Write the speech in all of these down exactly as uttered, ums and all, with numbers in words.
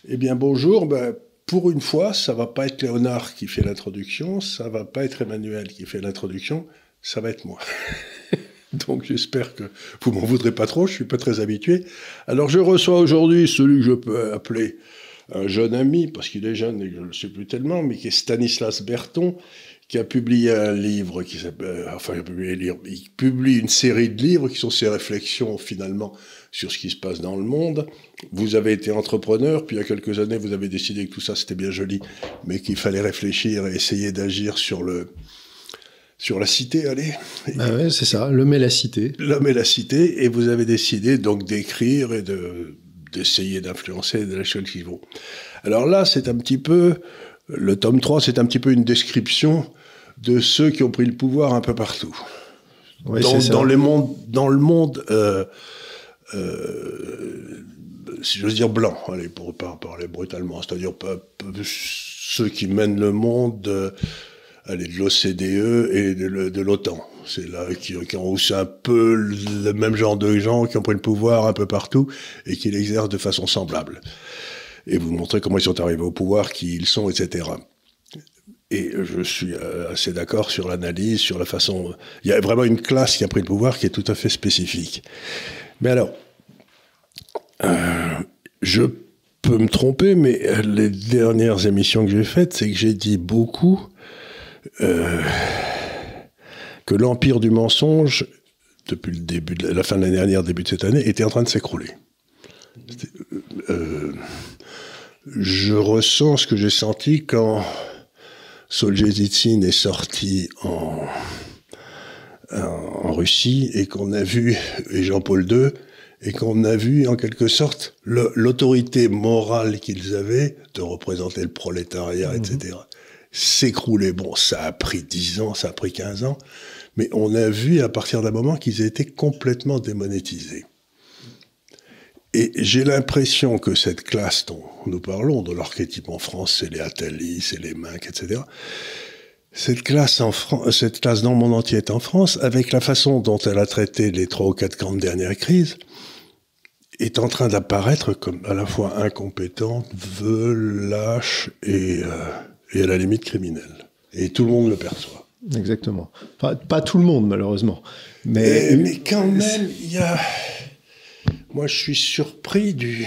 Eh bien, bonjour. Ben, pour une fois, ça va pas être Léonard qui fait l'introduction, ça va pas être Emmanuel qui fait l'introduction, ça va être moi. Donc, j'espère que vous m'en voudrez pas trop, je suis pas très habitué. Alors, je reçois aujourd'hui celui que je peux appeler un jeune ami, parce qu'il est jeune et je ne le sais plus tellement, mais qui est Stanislas Berton, qui a publié un livre qui s'appelle, enfin, il a publié un livre, il publie une série de livres qui sont ses réflexions, finalement, sur ce qui se passe dans le monde. Vous avez été entrepreneur, puis il y a quelques années, vous avez décidé que tout ça, c'était bien joli, mais qu'il fallait réfléchir et essayer d'agir sur le, sur la cité, allez. Ah ouais, c'est ça, l'homme et la cité. L'homme et la cité, et vous avez décidé donc d'écrire et de, d'essayer d'influencer de l'échelle qui vaut. Alors là, c'est un petit peu, le tome trois, c'est un petit peu une description de ceux qui ont pris le pouvoir un peu partout. Ouais, dans, c'est ça. dans, les mondes, dans le monde, euh, euh, si j'ose dire blanc, allez, pour pas parler brutalement, c'est-à-dire pas, pas, ceux qui mènent le monde, euh, allez, de l'O C D E et de, de l'OTAN. C'est là qui, qui ont aussi un peu le même genre de gens qui ont pris le pouvoir un peu partout et qui l'exercent de façon semblable. Et vous montrez comment ils sont arrivés au pouvoir, qui ils sont, et cetera. Et je suis assez d'accord sur l'analyse, sur la façon... Il y a vraiment une classe qui a pris le pouvoir qui est tout à fait spécifique. Mais alors, euh, je peux me tromper, mais les dernières émissions que j'ai faites, c'est que j'ai dit beaucoup euh, que l'empire du mensonge, depuis le début de la fin de l'année dernière, début de cette année, était en train de s'écrouler. Euh, je ressens ce que j'ai senti quand Solzhenitsyn est sorti en, en, en Russie et qu'on a vu, et Jean-Paul deux, et qu'on a vu en quelque sorte le, l'autorité morale qu'ils avaient de représenter le prolétariat, mmh. et cetera, s'écrouler. Bon, ça a pris dix ans, ça a pris quinze ans, mais on a vu à partir d'un moment qu'ils étaient complètement démonétisés. Et j'ai l'impression que cette classe dont nous parlons, de l'archétype en France, c'est les Attali, c'est les Minc, et cetera. Cette classe en France, cette classe dans le monde entier est en France, avec la façon dont elle a traité les trois ou quatre grandes dernières crises, est en train d'apparaître comme à la fois incompétente, veule, lâche et, euh, et à la limite criminelle. Et tout le monde le perçoit. Exactement. Enfin, pas tout le monde, malheureusement. Mais, et, mais quand même, il y a... Moi, je suis surpris du,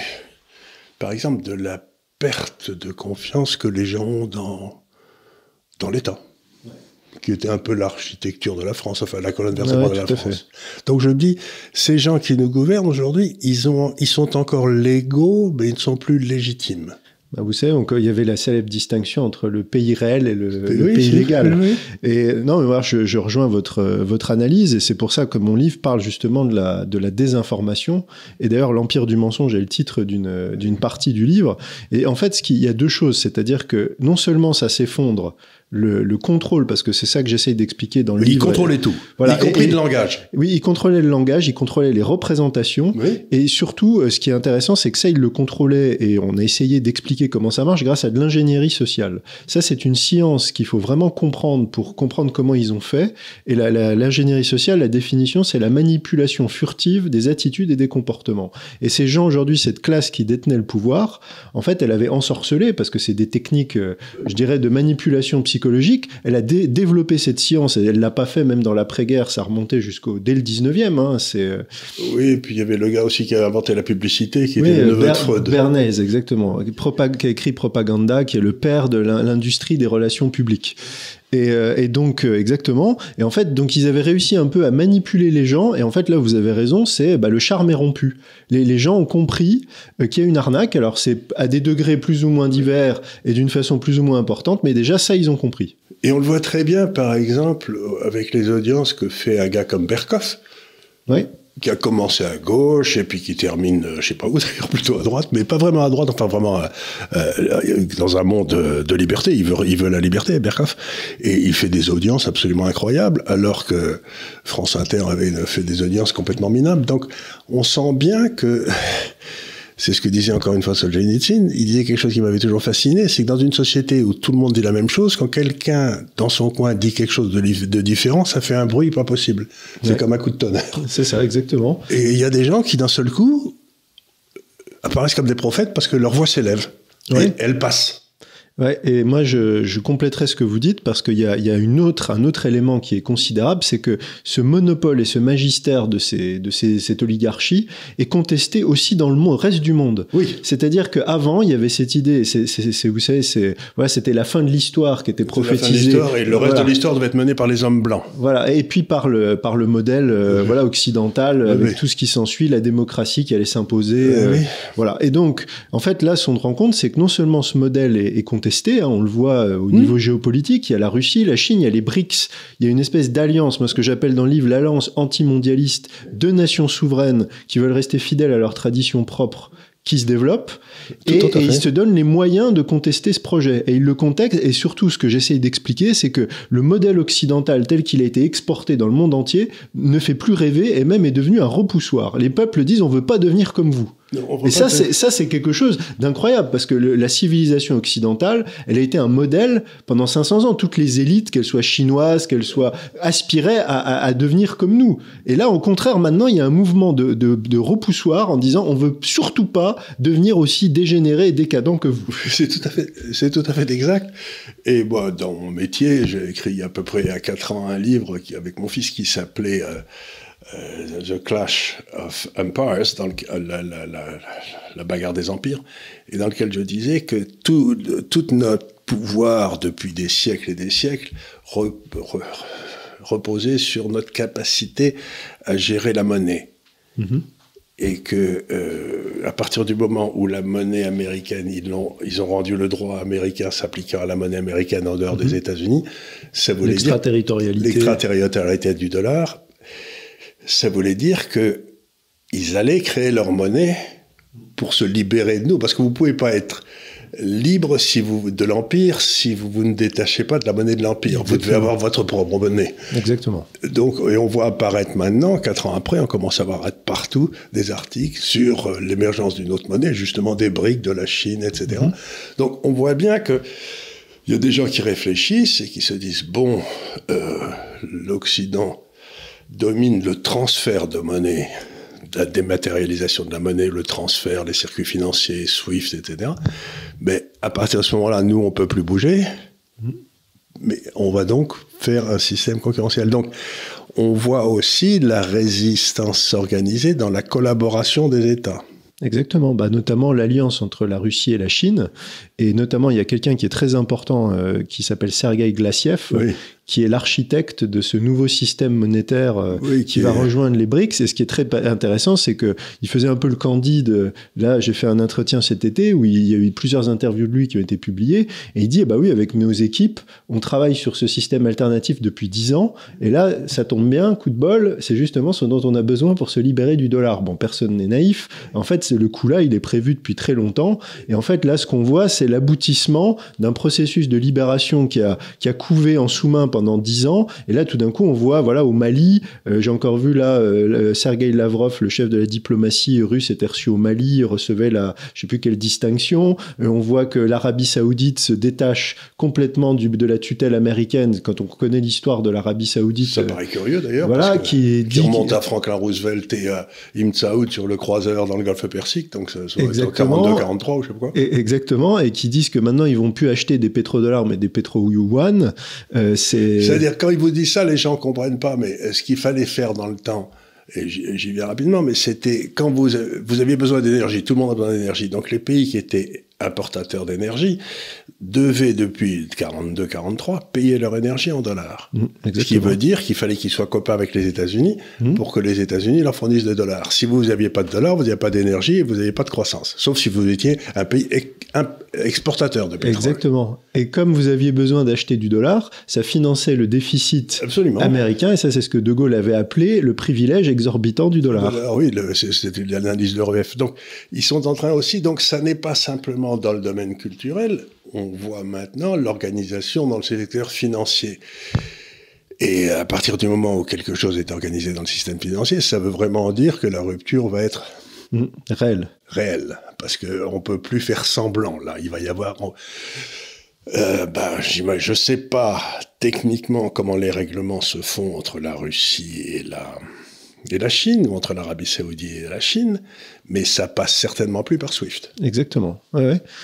par exemple, de la perte de confiance que les gens ont dans, dans l'État, ouais. qui était un peu l'architecture de la France, enfin la colonne vertébrale ouais, de la France. Donc je me dis, ces gens qui nous gouvernent aujourd'hui, ils, ont, ils sont encore légaux, mais ils ne sont plus légitimes. Bah vous savez, donc, il y avait la célèbre distinction entre le pays réel et le, le oui, pays légal. Oui. Et non, mais voilà, je, je rejoins votre votre analyse, et c'est pour ça que mon livre parle justement de la de la désinformation. Et d'ailleurs, l'Empire du mensonge est le titre d'une d'une partie du livre. Et en fait, ce qu'il y a deux choses, c'est-à-dire que non seulement ça s'effondre. Le, le contrôle, parce que c'est ça que j'essaye d'expliquer dans le il livre. Il contrôlait tout, voilà. y compris et, le langage. Oui, il contrôlait le langage, il contrôlait les représentations, oui. Et surtout, ce qui est intéressant, c'est que ça, il le contrôlait, et on a essayé d'expliquer comment ça marche grâce à de l'ingénierie sociale. Ça, c'est une science qu'il faut vraiment comprendre pour comprendre comment ils ont fait, et la, la, l'ingénierie sociale, la définition, c'est la manipulation furtive des attitudes et des comportements. Et ces gens, aujourd'hui, cette classe qui détenait le pouvoir, en fait, elle avait ensorcelé, parce que c'est des techniques, je dirais, de manipulation psychologique, psychologique, elle a dé- développé cette science, et elle l'a pas fait même dans l'après-guerre, ça remontait jusqu'au dès le dix-neuvième. Hein, c'est... Oui, et puis il y avait le gars aussi qui a inventé la publicité, qui oui, était le neveu Ber- de Freud. Bernays, exactement, Propag- qui a écrit Propaganda, qui est le père de l'industrie des relations publiques. Et, euh, et donc, euh, exactement. Et en fait, donc, ils avaient réussi un peu à manipuler les gens. Et en fait, là, vous avez raison, c'est bah, le charme est rompu. Les, les gens ont compris euh, qu'il y a une arnaque. Alors, c'est à des degrés plus ou moins divers et d'une façon plus ou moins importante, mais déjà, ça, ils ont compris. Et on le voit très bien, par exemple, avec les audiences que fait un gars comme Berkoff. Oui. Qui a commencé à gauche et puis qui termine, je sais pas où d'ailleurs, plutôt à droite, mais pas vraiment à droite, enfin vraiment euh, dans un monde de, de liberté. Il veut, il veut la liberté, Berkoff, et il fait des audiences absolument incroyables, alors que France Inter avait fait des audiences complètement minables. Donc, on sent bien que c'est ce que disait encore une fois Solzhenitsyn. Il disait quelque chose qui m'avait toujours fasciné, c'est que dans une société où tout le monde dit la même chose, quand quelqu'un dans son coin dit quelque chose de, de différent, ça fait un bruit pas possible. C'est ouais. Comme un coup de tonnerre. C'est ça, exactement. Et il y a des gens qui, d'un seul coup, apparaissent comme des prophètes parce que leur voix s'élève. Ouais. Et elle passe. Ouais, et moi je, je compléterai ce que vous dites parce qu'il y a, il y a une autre, un autre élément qui est considérable, c'est que ce monopole et ce magistère de, ces, de ces, cette oligarchie est contesté aussi dans le monde, reste du monde. Oui. C'est-à-dire qu'avant, il y avait cette idée, c'est, c'est, c'est, vous savez, c'est, voilà, c'était la fin de l'histoire qui était prophétisée. La fin de l'histoire et le reste voilà. de l'histoire devait être mené par les hommes blancs. Voilà, et puis par le, par le modèle euh, oui. voilà, occidental, oui. avec oui. tout ce qui s'ensuit, la démocratie qui allait s'imposer. Oui. Euh, oui. Voilà. Et donc, en fait, là, ce qu'on se rend compte, c'est que non seulement ce modèle est, est contesté, hein, on le voit au niveau mmh. géopolitique, il y a la Russie, la Chine, il y a les BRICS, il y a une espèce d'alliance, moi ce que j'appelle dans le livre l'alliance anti-mondialiste de nations souveraines qui veulent rester fidèles à leurs traditions propres, qui se développent, Tout et, et ils se donnent les moyens de contester ce projet. Et ils le contextent, et surtout ce que j'essaye d'expliquer, c'est que le modèle occidental tel qu'il a été exporté dans le monde entier ne fait plus rêver et même est devenu un repoussoir. Les peuples disent on veut pas devenir comme vous. Et ça c'est, ça, c'est quelque chose d'incroyable, parce que le, la civilisation occidentale, elle a été un modèle pendant cinq cents ans. Toutes les élites, qu'elles soient chinoises, qu'elles soient, aspiraient à, à, à devenir comme nous. Et là, au contraire, maintenant, il y a un mouvement de, de, de repoussoir en disant on veut surtout pas devenir aussi dégénéré et décadent que vous. C'est tout à fait, c'est tout à fait exact. Et moi, dans mon métier, j'ai écrit à peu près il y a quatre ans un livre qui, avec mon fils qui s'appelait... Euh, Uh, The Clash of Empires, dans le, la, la, la, la bagarre des empires, et dans lequel je disais que tout, tout notre pouvoir depuis des siècles et des siècles re, re, reposait sur notre capacité à gérer la monnaie. Mm-hmm. Et que euh, à partir du moment où la monnaie américaine, ils ont, ils ont rendu le droit américain s'appliquant à la monnaie américaine en dehors mm-hmm. des États-Unis, ça voulait l'extraterritorialité. dire l'extraterritorialité du dollar. Ça voulait dire que ils allaient créer leur monnaie pour se libérer de nous, parce que vous pouvez pas être libre si vous de l'empire si vous, vous ne détachez pas de la monnaie de l'empire. Exactement. Vous devez avoir votre propre monnaie. Exactement. Donc, et on voit apparaître maintenant, quatre ans après, on commence à voir partout des articles sur l'émergence d'une autre monnaie, justement des briques de la Chine, et cetera. Mm-hmm. Donc, on voit bien que il y a des gens qui réfléchissent et qui se disent bon, euh, l'Occident domine le transfert de monnaie, la dématérialisation de la monnaie, le transfert, les circuits financiers, SWIFT, et cetera. Mais à partir de ce moment-là, nous, on peut plus bouger, mais on va donc faire un système concurrentiel. Donc, on voit aussi la résistance s'organiser dans la collaboration des États. Exactement, bah, notamment l'alliance entre la Russie et la Chine, et notamment il y a quelqu'un qui est très important euh, qui s'appelle Sergueï Glassiev, oui. qui est l'architecte de ce nouveau système monétaire euh, oui, qui, qui va est... rejoindre les BRICS. Et ce qui est très intéressant, c'est que il faisait un peu le candide. Là, j'ai fait un entretien cet été où il y a eu plusieurs interviews de lui qui ont été publiées, et il dit bah oui, avec nos équipes, on travaille sur ce système alternatif depuis dix ans, et là, ça tombe bien, coup de bol, c'est justement ce dont on a besoin pour se libérer du dollar. Bon, personne n'est naïf. En fait, c'est le coup là, il est prévu depuis très longtemps, et en fait, là, ce qu'on voit, c'est l'aboutissement d'un processus de libération qui a qui a couvé en sous-main pendant dix ans, et là tout d'un coup on voit voilà au Mali, euh, j'ai encore vu là euh, Sergueï Lavrov, le chef de la diplomatie russe, était reçu au Mali, recevait la je sais plus quelle distinction, euh, on voit que l'Arabie Saoudite se détache complètement du, de la tutelle américaine, quand on connaît l'histoire de l'Arabie Saoudite. Ça euh, paraît curieux d'ailleurs, voilà, parce que, qui, qui remonte à Franklin Roosevelt et à Ibn Saoud sur le croiseur dans le Golfe Persique, donc ça soit en quarante-deux quarante-trois ou je sais pas quoi. Et, exactement, et qui disent que maintenant ils vont plus acheter des pétrodollars mais des pétro-yuan. Euh, c'est... C'est-à-dire, quand ils vous disent ça, les gens comprennent pas, mais ce qu'il fallait faire dans le temps, et j'y viens rapidement, mais c'était quand vous, vous aviez besoin d'énergie, tout le monde a besoin d'énergie, donc les pays qui étaient importateurs d'énergie devaient depuis quarante-deux quarante-trois payer leur énergie en dollars. Mmh, ce qui veut dire qu'il fallait qu'ils soient copains avec les États-Unis mmh. pour que les États-Unis leur fournissent des dollars. Si vous n'aviez pas de dollars, vous n'aviez pas d'énergie et vous n'aviez pas de croissance. Sauf si vous étiez un pays exportateur de pétrole. Exactement. Et comme vous aviez besoin d'acheter du dollar, ça finançait le déficit Absolument. américain, et ça c'est ce que De Gaulle avait appelé le privilège exorbitant du dollar. dollar oui, le, c'était l'indice de l'E U F. Donc ils sont en train aussi, donc ça n'est pas simplement dans le domaine culturel, on voit maintenant l'organisation dans le secteur financier. Et à partir du moment où quelque chose est organisé dans le système financier, ça veut vraiment dire que la rupture va être mmh, réelle. Réelle, parce qu'on ne peut plus faire semblant. Là, il va y avoir... On, euh, ben, je ne sais pas techniquement comment les règlements se font entre la Russie et la... et la Chine, ou entre l'Arabie Saoudite et la Chine, mais ça passe certainement plus par SWIFT. Exactement, ouais, ouais.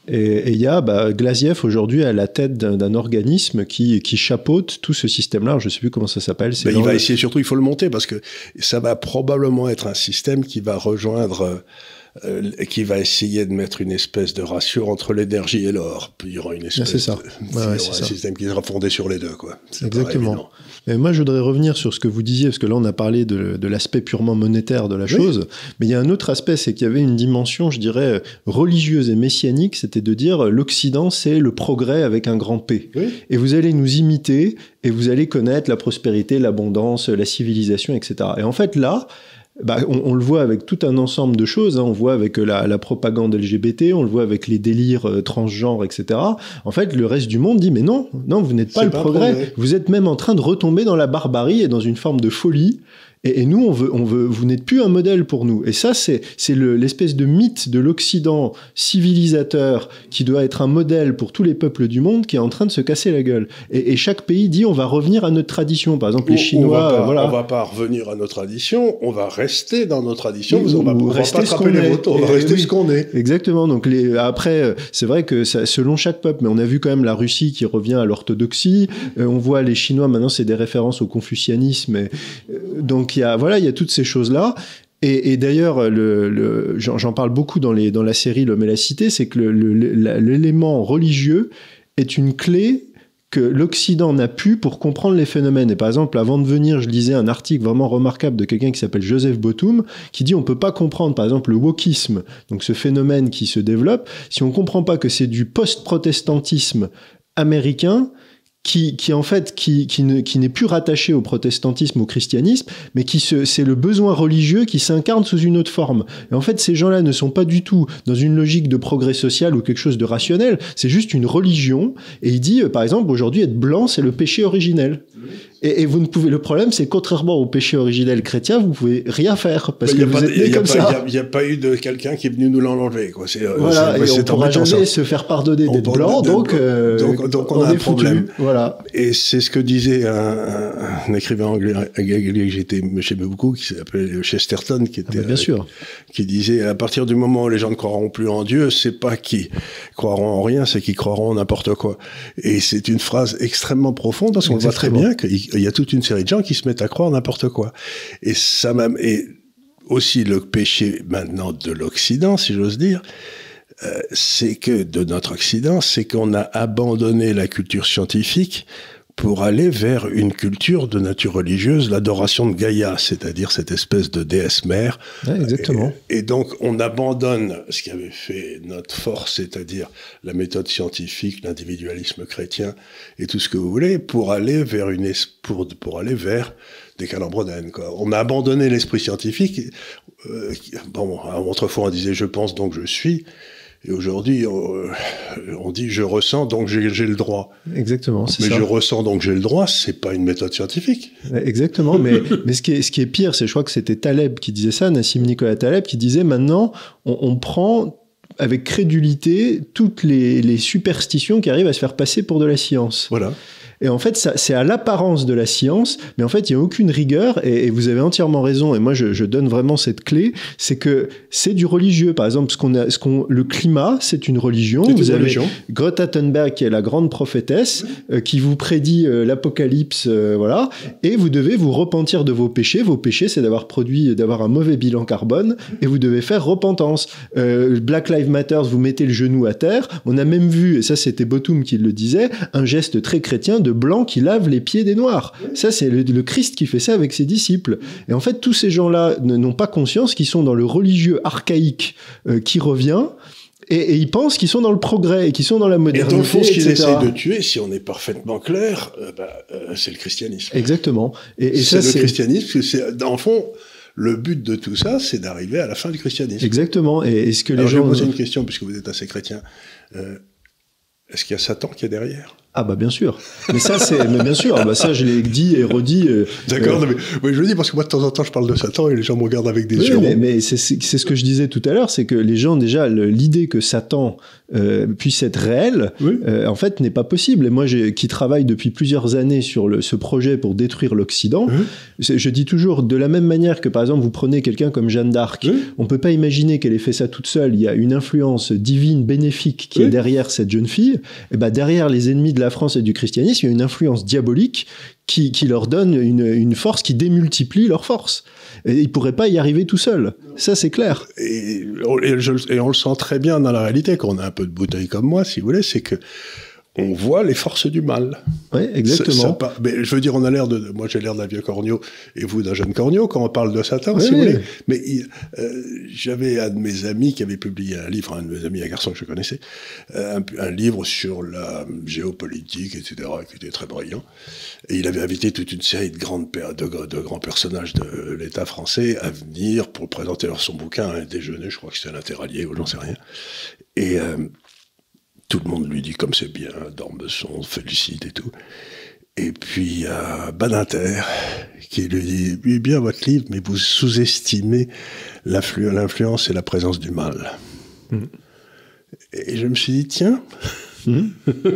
Et il y a bah, Glaziev aujourd'hui à la tête d'un, d'un organisme qui, qui chapeaute tout ce système-là. Je ne sais plus comment ça s'appelle. C'est ben, il va le... essayer, surtout, il faut le monter parce que ça va probablement être un système qui va rejoindre... Euh, qui va essayer de mettre une espèce de ratio entre l'énergie et l'or. Puis il y aura une espèce c'est ça. de, ouais, ouais, c'est un ça. système qui sera fondé sur les deux, quoi. C'est exactement. Et moi, je voudrais revenir sur ce que vous disiez, parce que là, on a parlé de, de l'aspect purement monétaire de la oui. chose, mais il y a un autre aspect, c'est qu'il y avait une dimension, je dirais, religieuse et messianique, c'était de dire l'Occident, c'est le progrès avec un grand P. Oui. Et vous allez nous imiter, et vous allez connaître la prospérité, l'abondance, la civilisation, et cetera. Et en fait, là, Bah, on, on le voit avec tout un ensemble de choses, hein. On voit avec la, la propagande L G B T, on le voit avec les délires euh, transgenres, et cetera. En fait, le reste du monde dit, mais non, non, vous n'êtes pas c'est le pas progrès. progrès. Vous êtes même en train de retomber dans la barbarie et dans une forme de folie. Et, et nous, on veut, on veut, vous n'êtes plus un modèle pour nous. Et ça, c'est, c'est le, l'espèce de mythe de l'Occident civilisateur qui doit être un modèle pour tous les peuples du monde qui est en train de se casser la gueule. Et, et chaque pays dit, on va revenir à notre tradition. Par exemple, les Chinois... On va pas, voilà. on va pas revenir à nos traditions, on va rester dans nos traditions. Oui, on va, on va pas attraper les vôtres, on va rester oui, ce qu'on est. Exactement. Donc les, après, c'est vrai que ça, selon chaque peuple, mais on a vu quand même la Russie qui revient à l'orthodoxie. Euh, on voit les Chinois, maintenant, c'est des références au confucianisme. Et, euh, donc, il y a, voilà, il y a toutes ces choses-là. Et, et d'ailleurs, le, le, j'en, j'en parle beaucoup dans, les, dans la série L'Homme et la Cité, c'est que le, le, la, l'élément religieux est une clé que l'Occident n'a pu pour comprendre les phénomènes. Et par exemple, avant de venir, je lisais un article vraiment remarquable de quelqu'un qui s'appelle Joseph Botum, qui dit on peut pas comprendre, par exemple, le wokisme, donc ce phénomène qui se développe, si on comprend pas que c'est du post-protestantisme américain, Qui, qui en fait qui, qui, ne, qui n'est plus rattaché au protestantisme, au christianisme, mais qui se, c'est le besoin religieux qui s'incarne sous une autre forme. Et en fait, ces gens-là ne sont pas du tout dans une logique de progrès social ou quelque chose de rationnel, c'est juste une religion. Et il dit, par exemple, aujourd'hui, être blanc, c'est le péché originel. Et, et vous ne pouvez. Le problème, c'est contrairement au péché originel chrétien, vous pouvez rien faire parce que vous êtes né comme ça. Il n'y a, a pas eu de quelqu'un qui est venu nous l'enlever, quoi. C'est, voilà, c'est, et c'est on pourra jamais se faire pardonner d'être blanc, donc, euh, donc, donc on, on a un problème. Voilà. Et c'est ce que disait un, un, un écrivain anglais, anglais que j'étais, j'aimais beaucoup, qui s'appelait Chesterton, qui était, ah ben bien avec, sûr. qui disait à partir du moment où les gens ne croiront plus en Dieu, c'est pas qu'ils croiront en rien, c'est qu'ils croiront en n'importe quoi. Et c'est une phrase extrêmement profonde parce qu'on voit très bien qu'il y a toute une série de gens qui se mettent à croire n'importe quoi. Et ça m'a, et aussi le péché maintenant de l'Occident, si j'ose dire, euh, c'est que de notre Occident, c'est qu'on a abandonné la culture scientifique pour aller vers une culture de nature religieuse, l'adoration de Gaïa, c'est-à-dire cette espèce de déesse mère. Ouais, exactement. Et, et donc, on abandonne ce qui avait fait notre force, c'est-à-dire la méthode scientifique, l'individualisme chrétien et tout ce que vous voulez, pour aller vers une pour, pour aller vers des calembredaines, quoi. On a abandonné l'esprit scientifique. Euh, bon, autrefois on disait je pense donc je suis. Et aujourd'hui, on, on dit « je ressens, donc j'ai, j'ai le droit ». Exactement, c'est mais ça. Mais « je ressens, donc j'ai le droit », c'est pas une méthode scientifique. Exactement, mais, mais ce, qui est, ce qui est pire, c'est, je crois que c'était Taleb qui disait ça, Nassim Nicolas Taleb, qui disait « maintenant, on, on prend avec crédulité toutes les, les superstitions qui arrivent à se faire passer pour de la science ». Voilà. Et en fait, ça, c'est à l'apparence de la science, mais en fait, il n'y a aucune rigueur, et, et vous avez entièrement raison, et moi, je, je donne vraiment cette clé, c'est que c'est du religieux. Par exemple, ce qu'on a, ce qu'on, le climat, c'est une religion. C'est vous une avez religion. Greta Thunberg, qui est la grande prophétesse, euh, qui vous prédit euh, l'apocalypse, euh, voilà, et vous devez vous repentir de vos péchés. Vos péchés, c'est d'avoir produit, d'avoir un mauvais bilan carbone, et vous devez faire repentance. Euh, Black Lives Matter, vous mettez le genou à terre. On a même vu, et ça, c'était Botum qui le disait, un geste très chrétien de blanc qui lave les pieds des noirs. Ça, c'est le, le Christ qui fait ça avec ses disciples. Et en fait, tous ces gens-là n'ont pas conscience qu'ils sont dans le religieux archaïque euh, qui revient, et, et ils pensent qu'ils sont dans le progrès, et qu'ils sont dans la modernité, et dans le fond, ce qu'ils et cetera. essayent de tuer, si on est parfaitement clair, euh, bah, euh, c'est le christianisme. Exactement. Et, et c'est ça, le c'est... christianisme, parce que c'est, dans le fond, le but de tout ça, c'est d'arriver à la fin du christianisme. Exactement. Et est-ce que Alors, les gens... je vais vous poser une question, puisque vous êtes assez chrétien. Euh, est-ce qu'il y a Satan qui est derrière ? Ah bah bien sûr. Mais ça, c'est, mais bien sûr, bah ça je l'ai dit et redit. Euh, D'accord, euh, mais oui, je le dis parce que moi de temps en temps je parle de Satan et les gens me regardent avec des oui, yeux. Mais, mais c'est, c'est, c'est ce que je disais tout à l'heure, c'est que les gens déjà le, l'idée que Satan euh, puisse être réel, oui. euh, en fait, n'est pas possible. Et moi, j'ai, qui travaille depuis plusieurs années sur le, ce projet pour détruire l'Occident, oui. je dis toujours de la même manière que par exemple vous prenez quelqu'un comme Jeanne d'Arc, oui. on peut pas imaginer qu'elle ait fait ça toute seule. Il y a une influence divine, bénéfique qui oui. est derrière cette jeune fille. Et ben derrière les ennemis de la France et du christianisme, il y a une influence diabolique qui, qui leur donne une, une force qui démultiplie leur force. Et ils ne pourraient pas y arriver tout seuls. Ça, c'est clair. Et, et, je, et on le sent très bien dans la réalité, quand on a un peu de bouteille comme moi, si vous voulez, c'est que on voit les forces du mal. Oui, exactement. Ça, ça, mais je veux dire, on a l'air de... Moi, j'ai l'air d'un vieux Cornio, et vous d'un jeune Cornio, quand on parle de Satan, oui, si vous voulez. Mais euh, j'avais un de mes amis qui avait publié un livre, un de mes amis, un garçon que je connaissais, un, un livre sur la géopolitique, et cetera, qui était très brillant. Et il avait invité toute une série de, grandes, de, de grands personnages de l'État français à venir pour présenter leur son bouquin à un déjeuner, je crois que c'était à l'Interallié, ou j'en sais rien. Et... Euh, tout le monde lui dit comme c'est bien, d'Ormesson, félicite et tout. Et puis il y a Badinter qui lui dit oui, bien votre livre, mais vous sous-estimez l'influ- l'influence et la présence du mal. Mmh. Et je me suis dit tiens. Mmh.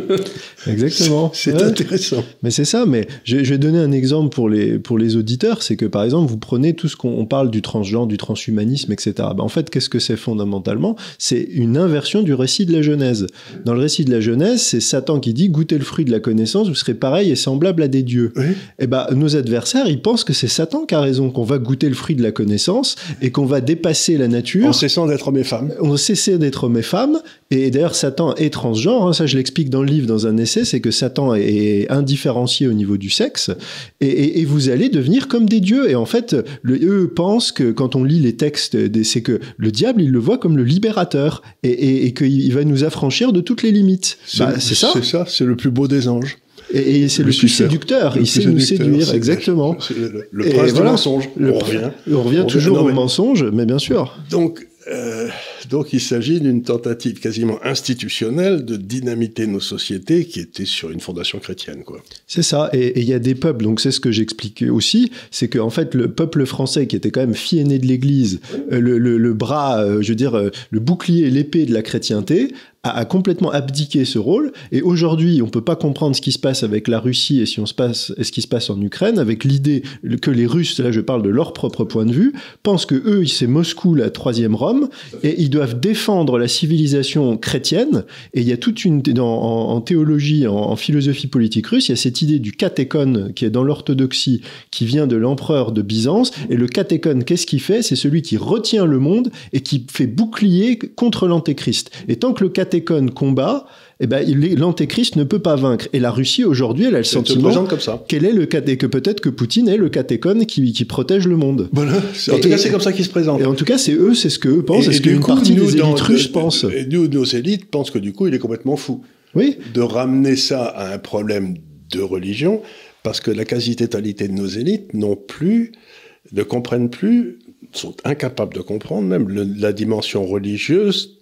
Exactement. C'est, c'est ouais. intéressant. Mais c'est ça. Mais je, je vais donner un exemple pour les pour les auditeurs, c'est que par exemple vous prenez tout ce qu'on on parle du transgenre, du transhumanisme, et cetera. Ben, en fait, qu'est-ce que c'est fondamentalement ? C'est une inversion du récit de la Genèse. Dans le récit de la Genèse, c'est Satan qui dit goûtez le fruit de la connaissance, vous serez pareil et semblable à des dieux. Oui. Et ben nos adversaires, ils pensent que c'est Satan qui a raison, qu'on va goûter le fruit de la connaissance et qu'on va dépasser la nature en cessant d'être homme et femme. On cessait d'être homme et femme. Et d'ailleurs, Satan est transgenre. Hein, ça, je l'explique dans le livre, dans un essai, c'est que Satan est indifférencié au niveau du sexe, et, et, et vous allez devenir comme des dieux. Et en fait, le, eux pensent que quand on lit les textes, c'est que le diable, il le voit comme le libérateur, et, et, et qu'il va nous affranchir de toutes les limites. C'est, bah, c'est ça. C'est ça, c'est le plus beau des anges. Et, et c'est le, le plus séducteur, le il plus sait séducteur, nous séduire, exactement. C'est le, le prince du mensonge. Le, on revient, on revient on toujours non, mais, au mensonge, mais bien sûr. Donc, euh, donc il s'agit d'une tentative quasiment institutionnelle de dynamiter nos sociétés qui était sur une fondation chrétienne, quoi. C'est ça, et il y a des peuples, donc c'est ce que j'expliquais aussi, c'est qu'en fait le peuple français qui était quand même fille aînée de l'Église, euh, le, le, le bras, euh, je veux dire, euh, le bouclier et l'épée de la chrétienté, a, a complètement abdiqué ce rôle, et aujourd'hui on peut pas comprendre ce qui se passe avec la Russie et, si on se passe, et ce qui se passe en Ukraine, avec l'idée que les Russes, là je parle de leur propre point de vue, pensent que eux c'est Moscou la troisième Rome, et ils doivent défendre la civilisation chrétienne, et il y a toute une, dans, en, en théologie, en, en philosophie politique russe, il y a cette idée du catéchone qui est dans l'orthodoxie, qui vient de l'empereur de Byzance, et le catéchone, qu'est-ce qu'il fait ? C'est celui qui retient le monde et qui fait bouclier contre l'antéchrist. Et tant que le catéchone combat, eh ben, il, l'antéchrist ne peut pas vaincre. Et la Russie, aujourd'hui, elle a le c'est sentiment comme ça. qu'elle est le caté, que peut-être que Poutine est le catéchone qui, qui protège le monde. Voilà. En et, tout cas, c'est comme ça qu'il se présente. Et en tout cas, c'est eux, c'est ce qu'eux pensent, et, et ce qu'une partie nous, des élites russes pensent. Et nous, nos élites pensent que du coup, il est complètement fou. Oui. De ramener ça à un problème de religion, parce que la quasi-totalité de nos élites n'ont plus, ne comprennent plus, sont incapables de comprendre même le, la dimension religieuse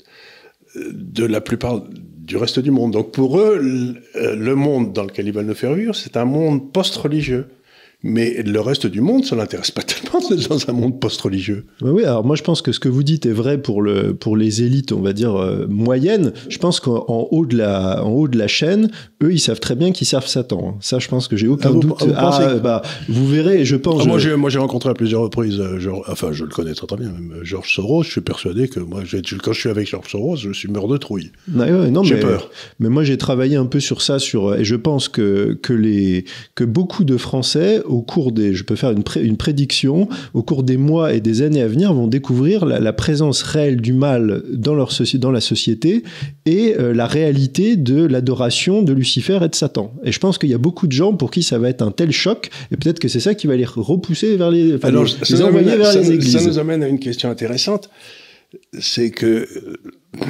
de la plupart du reste du monde. Donc pour eux, le, le monde dans lequel ils veulent nous faire vivre, c'est un monde post-religieux. Mais le reste du monde, ça l'intéresse pas tellement d'être dans un monde post-religieux. Oui, oui, alors moi je pense que ce que vous dites est vrai pour, le, pour les élites, on va dire, euh, moyennes. Je pense qu'en en haut, de la, en haut de la chaîne, eux, ils savent très bien qu'ils servent Satan. Ça, je pense que j'ai aucun ah, vous, doute. Vous, ah, que... bah, vous verrez, je pense... Ah, je... Moi, j'ai, moi, j'ai rencontré à plusieurs reprises, euh, George, enfin, je le connais très, très bien, même George Soros. Je suis persuadé que moi, j'ai, quand je suis avec George Soros, je suis mort de trouille. Ah, ouais, non, j'ai mais, peur. Mais moi, j'ai travaillé un peu sur ça, sur, et je pense que, que, les, que beaucoup de Français, au cours des... Je peux faire une, pré- une prédiction, au cours des mois et des années à venir, vont découvrir la, la présence réelle du mal dans, leur soci- dans la société et euh, la réalité de l'adoration de Lucifer et de Satan. Et je pense qu'il y a beaucoup de gens pour qui ça va être un tel choc, et peut-être que c'est ça qui va les repousser vers les, enfin, Alors, les, ça les envoyer amène, vers ça les nous, églises. Ça nous amène à une question intéressante, c'est que euh,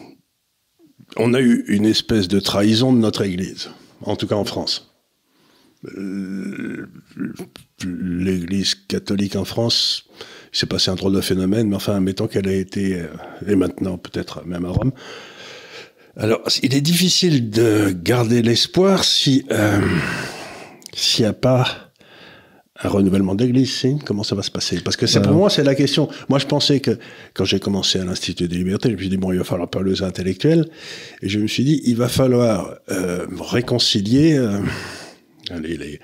on a eu une espèce de trahison de notre Église, en tout cas en France. L'Église catholique en France, il s'est passé un drôle de phénomène, mais enfin, mettons qu'elle a été, et maintenant peut-être même à Rome, Alors, il est difficile de garder l'espoir si euh, s'il n'y a pas un renouvellement d'église. Si, comment ça va se passer? Parce que c'est, pour moi, c'est la question. Moi, je pensais que quand j'ai commencé à l'Institut des libertés, je me suis dit, bon, il va falloir parler aux intellectuels. Et je me suis dit, il va falloir euh, réconcilier euh, les, les,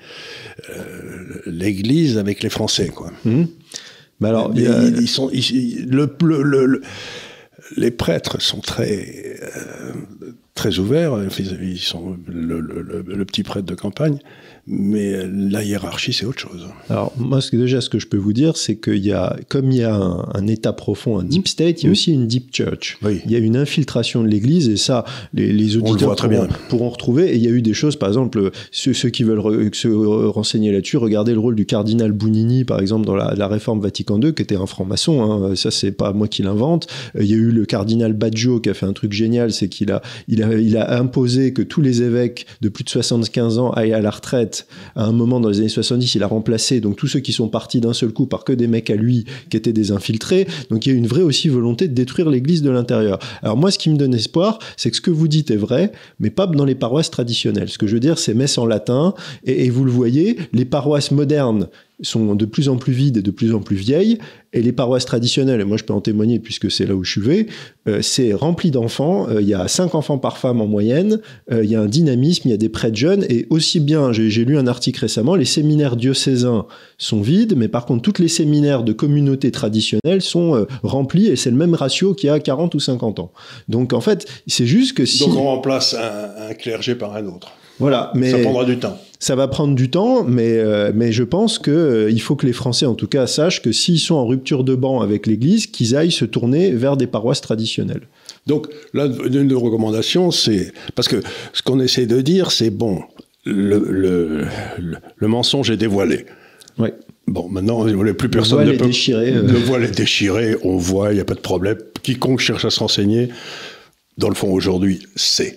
euh, l'église avec les Français, quoi. Mmh. Mais alors, Mais a... ils, ils sont, ils, le, le, le, le, les prêtres sont très, euh, très ouverts. Ils sont le, le, le, le petit prêtre de campagne. Mais la hiérarchie, c'est autre chose. Alors, moi, ce que, déjà, ce que je peux vous dire, c'est qu'il y a, comme il y a un, un état profond, un deep state, il y a aussi une deep church. Oui. Il y a une infiltration de l'église, et ça, les, les auditeurs pourront, bien. pourront retrouver. Et il y a eu des choses, par exemple, ceux, ceux qui veulent re, se renseigner là-dessus, regardez le rôle du cardinal Bounini, par exemple, dans la, la réforme Vatican deux, qui était un franc-maçon. Hein. Ça, c'est pas moi qui l'invente. Il y a eu le cardinal Baggio, qui a fait un truc génial, c'est qu'il a, il a, il a imposé que tous les évêques de plus de soixante-quinze ans aillent à la retraite. À un moment dans les années soixante-dix, il a remplacé donc tous ceux qui sont partis d'un seul coup par que des mecs à lui qui étaient des infiltrés. Donc il y a une vraie aussi volonté de détruire l'église de l'intérieur. Alors moi, ce qui me donne espoir, c'est que ce que vous dites est vrai, mais pas dans les paroisses traditionnelles. Ce que je veux dire, c'est messe en latin, et, et vous le voyez, les paroisses modernes sont de plus en plus vides et de plus en plus vieilles, et les paroisses traditionnelles, et moi je peux en témoigner puisque c'est là où je vais, euh, c'est rempli d'enfants, il euh, y a cinq enfants par femme en moyenne, il euh, y a un dynamisme, il y a des prêtres jeunes, et aussi bien, j'ai, j'ai lu un article récemment, les séminaires diocésains sont vides, mais par contre tous les séminaires de communautés traditionnelles sont euh, remplis, et c'est le même ratio qu'il y a quarante ou cinquante ans. Donc en fait, c'est juste que si... Donc on remplace un, un clergé par un autre. Voilà, mais ça prendra du temps. Ça va prendre du temps, mais, euh, mais je pense qu'il euh, faut que les Français, en tout cas, sachent que s'ils sont en rupture de banc avec l'Église, qu'ils aillent se tourner vers des paroisses traditionnelles. Donc, là, une des recommandations, c'est... Parce que ce qu'on essaie de dire, c'est bon, le, le, le, le mensonge est dévoilé. Oui. Bon, maintenant, plus personne le voile ne est peut... déchiré. Euh... Le voile est déchiré, on voit, il n'y a pas de problème. Quiconque cherche à se renseigner, dans le fond, aujourd'hui, sait.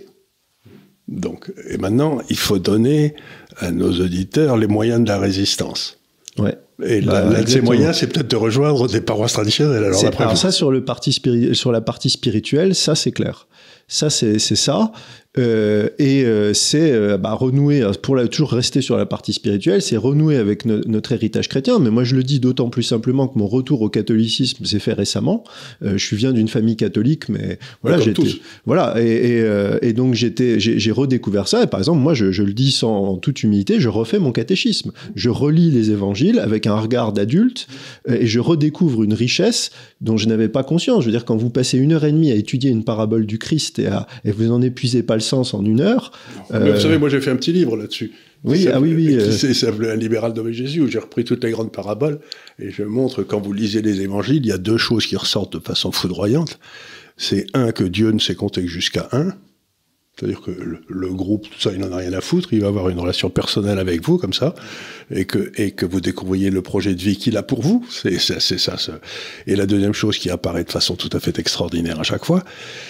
Donc, et maintenant, il faut donner à nos auditeurs les moyens de la résistance. Ouais. Et bah, l'un de ces moyens, c'est peut-être de rejoindre des paroisses traditionnelles. Alors, c'est, alors ça, sur, le parti spiri- sur la partie spirituelle, ça, c'est clair. Ça, c'est, c'est ça. Euh, et euh, c'est euh, bah, renouer, pour la, toujours rester sur la partie spirituelle, c'est renouer avec no, notre héritage chrétien. Mais moi, je le dis d'autant plus simplement que mon retour au catholicisme s'est fait récemment. Euh, je viens d'une famille catholique, mais voilà, ouais, j'étais, tous. voilà, et, et, euh, et donc j'étais, j'ai, j'ai redécouvert ça. Et par exemple, moi, je, je le dis sans toute humilité, je refais mon catéchisme. Je relis les évangiles avec un regard d'adulte, et je redécouvre une richesse dont je n'avais pas conscience. Je veux dire, quand vous passez une heure et demie à étudier une parabole du Christ et, à, et vous n'en épuisez pas le sens en une heure. Euh... Mais vous savez, moi j'ai fait un petit livre là-dessus. Oui, ah oui, oui. Qui euh... s'appelait Un libéral nommé Jésus, où j'ai repris toutes les grandes paraboles et je montre, quand vous lisez les évangiles, il y a deux choses qui ressortent de façon foudroyante. C'est un, que Dieu ne sait compter que jusqu'à un. C'est-à-dire que le, le groupe, tout ça, il n'en a rien à foutre. Il va avoir une relation personnelle avec vous, comme ça, et que, et que vous découvriez le projet de vie qu'il a pour vous. C'est, c'est, c'est ça. C'est... Et la deuxième chose qui apparaît de façon tout à fait extraordinaire à chaque fois,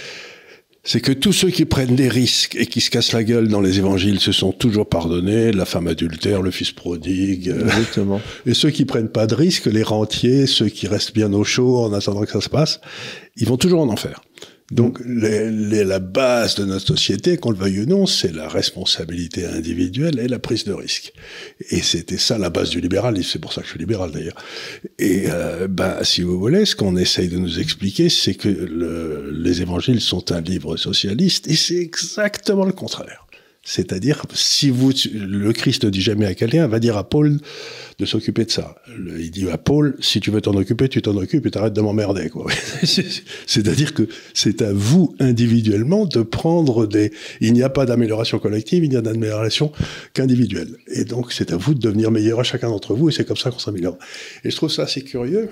c'est que tous ceux qui prennent des risques et qui se cassent la gueule dans les évangiles se sont toujours pardonnés, la femme adultère, le fils prodigue. Exactement. Et ceux qui prennent pas de risques, les rentiers, ceux qui restent bien au chaud en attendant que ça se passe, ils vont toujours en enfer. Donc, les, les, la base de notre société, qu'on le veuille ou non, c'est la responsabilité individuelle et la prise de risque. Et c'était ça la base du libéralisme. C'est pour ça que je suis libéral, d'ailleurs. Et euh, ben, si vous voulez, ce qu'on essaye de nous expliquer, c'est que le, les évangiles sont un livre socialiste, et c'est exactement le contraire. C'est-à-dire, si vous, le Christ ne dit jamais à quelqu'un, va dire à Paul de s'occuper de ça. Le, il dit à Paul, si tu veux t'en occuper, tu t'en occupes et t'arrêtes de m'emmerder, quoi. C'est-à-dire que c'est à vous, individuellement, de prendre des... Il n'y a pas d'amélioration collective, il n'y a d'amélioration qu'individuelle. Et donc, c'est à vous de devenir meilleur à chacun d'entre vous, et c'est comme ça qu'on s'améliore. Et je trouve ça assez curieux,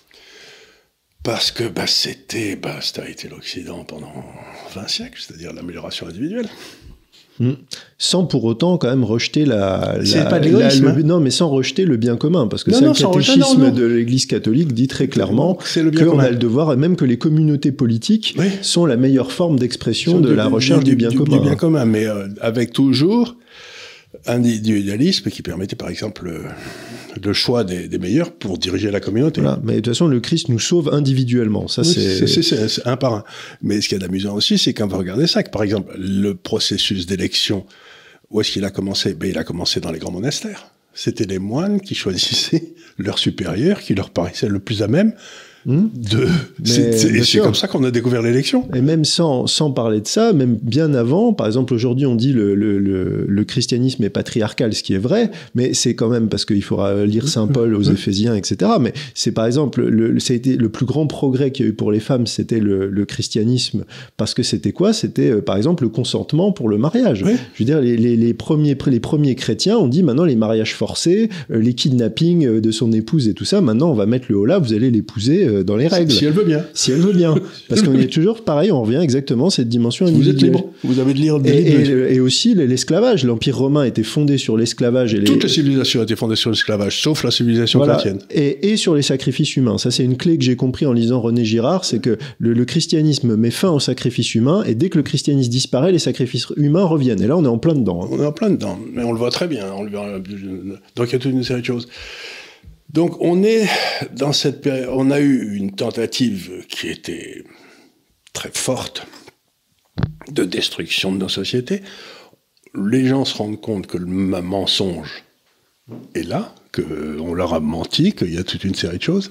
parce que, bah, c'était, bah, ça a été l'Occident pendant vingt siècles, c'est-à dire l'amélioration individuelle. Mmh. Sans pour autant quand même rejeter la, c'est la, pas de l'égoïsme, la hein. le, non mais sans rejeter le bien commun, parce que non, c'est non, le catéchisme rejeter, non, non. de l'Église catholique dit très clairement qu'on a le devoir, et même que les communautés politiques oui. sont la meilleure forme d'expression de, de la recherche du, du bien du, commun. Du bien commun, mais euh, avec toujours individualisme qui permettait, par exemple, le, le choix des, des meilleurs pour diriger la communauté. Voilà. Mais de toute façon, le Christ nous sauve individuellement. Ça, oui, c'est... C'est, c'est, c'est un par un. Mais ce qu'il y a d'amusant aussi, c'est quand vous regardez ça, que par exemple, le processus d'élection, où est-ce qu'il a commencé? Ben, il a commencé dans les grands monastères. C'était les moines qui choisissaient leur supérieur, qui leur paraissait le plus à même Mmh. De... C'est, c'est, c'est comme ça qu'on a découvert l'élection. Et même sans, sans parler de ça, même bien avant, par exemple, aujourd'hui, on dit le, le, le, le christianisme est patriarcal, ce qui est vrai, mais c'est quand même parce qu'il faudra lire Saint Paul aux mmh. Éphésiens, et cetera. Mais c'est par exemple, le, ça a été le plus grand progrès qu'il y a eu pour les femmes, c'était le, le christianisme, parce que c'était quoi? C'était, euh, par exemple, le consentement pour le mariage. Oui. Je veux dire, les, les, les, premiers, les premiers chrétiens ont dit maintenant les mariages forcés, euh, les kidnappings de son épouse et tout ça, maintenant on va mettre le holà, vous allez l'épouser euh, dans les règles. Si elle veut bien. Si elle veut bien. Parce qu'on est toujours pareil, on revient exactement à cette dimension individuelle. Vous êtes libre. Vous avez de lire des et, livres. Et, et aussi l'esclavage. L'Empire romain était fondé sur l'esclavage. Et Toutes les... les civilisations étaient fondées sur l'esclavage, sauf la civilisation voilà. chrétienne. Et, et sur les sacrifices humains. Ça, c'est une clé que j'ai compris en lisant René Girard, c'est que le, le christianisme met fin aux sacrifices humains, et dès que le christianisme disparaît, les sacrifices humains reviennent. Et là, on est en plein dedans. Hein. On est en plein dedans. Mais on le voit très bien. On le voit... Donc, il y a toute une série de choses. Donc on est dans cette période, on a eu une tentative qui était très forte de destruction de nos sociétés. Les gens se rendent compte que le mensonge est là, qu'on leur a menti, qu'il y a toute une série de choses.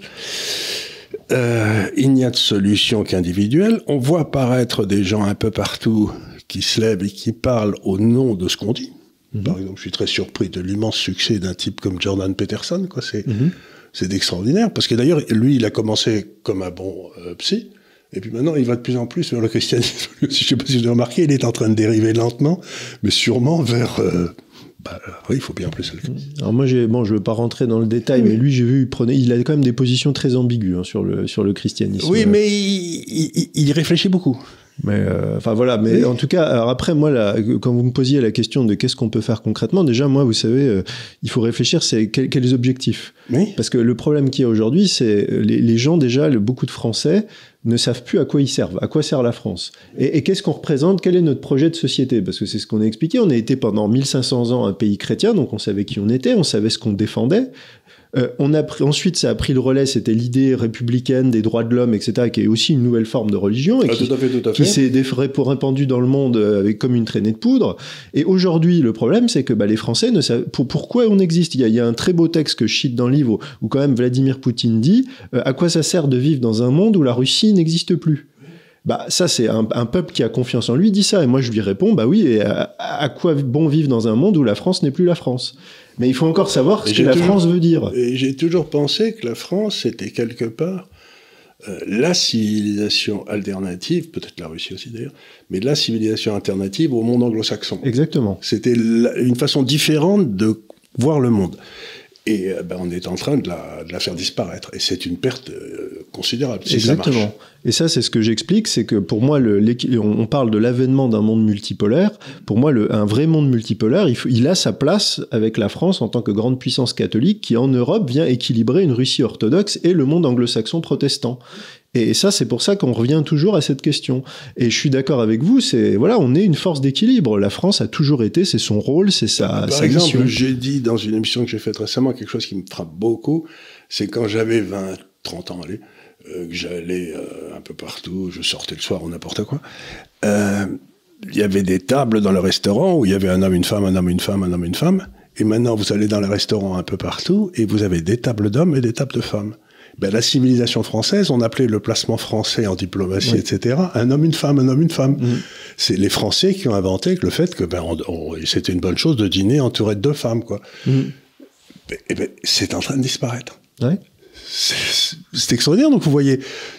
Euh, il n'y a de solution qu'individuelle. On voit apparaître des gens un peu partout qui se lèvent et qui parlent au nom de ce qu'on dit. Par exemple, je suis très surpris de l'immense succès d'un type comme Jordan Peterson, quoi. C'est, mm-hmm. c'est extraordinaire. Parce que d'ailleurs, lui, il a commencé comme un bon euh, psy. Et puis maintenant, il va de plus en plus vers le christianisme. Je ne sais pas si vous avez remarqué, il est en train de dériver lentement, mais sûrement vers... Euh, bah, oui, il faut bien plus. Alors moi, j'ai, bon, je ne veux pas rentrer dans le détail, oui. mais lui, j'ai vu, il, prenait, il a quand même des positions très ambiguës hein, sur, le, sur le christianisme. Oui, mais il, il, il réfléchit beaucoup. Mais enfin euh, voilà, mais oui. en tout cas, alors après moi, là, quand vous me posiez la question de qu'est-ce qu'on peut faire concrètement, déjà moi, vous savez, euh, il faut réfléchir, c'est quel, quels objectifs. Oui. Parce que le problème qu'il y a aujourd'hui, c'est les, les gens déjà, le, beaucoup de Français ne savent plus à quoi ils servent, à quoi sert la France, et, et qu'est-ce qu'on représente, quel est notre projet de société, parce que c'est ce qu'on a expliqué. On a été pendant mille cinq cents ans un pays chrétien, donc on savait qui on était, on savait ce qu'on défendait. Euh, on a pris, ensuite, ça a pris le relais, c'était l'idée républicaine des droits de l'homme, et cetera, qui est aussi une nouvelle forme de religion, et ah, qui, tout à fait, tout à qui fait. s'est répandue dans le monde avec, comme une traînée de poudre. Et aujourd'hui, le problème, c'est que bah, les Français ne savent pour, pourquoi on existe. Il y, a, il y a un très beau texte que je cite dans le livre, où quand même Vladimir Poutine dit euh, « À quoi ça sert de vivre dans un monde où la Russie n'existe plus ?» Bah, ça, c'est un, un peuple qui a confiance en lui, dit ça. Et moi, je lui réponds, bah oui, et à, à quoi bon vivre dans un monde où la France n'est plus la France? Mais il faut encore savoir ce que la France veut dire. Et j'ai toujours pensé que la France était quelque part euh, la civilisation alternative, peut-être la Russie aussi d'ailleurs, mais la civilisation alternative au monde anglo-saxon. Exactement. C'était la, une façon différente de voir le monde. Et euh, ben, on est en train de la, de la faire disparaître. Et c'est une perte euh, considérable. Si Exactement. Ça marche. Et ça, c'est ce que j'explique, c'est que pour moi, le, on parle de l'avènement d'un monde multipolaire. Pour moi, le, un vrai monde multipolaire, il, faut, il a sa place avec la France en tant que grande puissance catholique qui, en Europe, vient équilibrer une Russie orthodoxe et le monde anglo-saxon protestant. Et ça, c'est pour ça qu'on revient toujours à cette question. Et je suis d'accord avec vous, c'est voilà, on est une force d'équilibre. La France a toujours été, c'est son rôle, c'est sa, Par sa exemple, mission. J'ai dit dans une émission que j'ai faite récemment quelque chose qui me frappe beaucoup, c'est quand j'avais vingt, trente ans, allez, euh, que j'allais euh, un peu partout, je sortais le soir ou n'importe quoi. Euh, il y avait des tables dans le restaurant où il y avait un homme, une femme, un homme, une femme, un homme, une femme. Et maintenant, vous allez dans les restaurants un peu partout et vous avez des tables d'hommes et des tables de femmes. Ben, la civilisation française, on appelait le placement français en diplomatie, oui. et cetera, un homme, une femme, un homme, une femme. Mmh. C'est les Français qui ont inventé le fait que ben, on, on, c'était une bonne chose de dîner entouré de deux femmes, quoi. Mmh. Ben, et ben, c'est en train de disparaître. Ouais. C'est, c'est extraordinaire, donc vous voyez.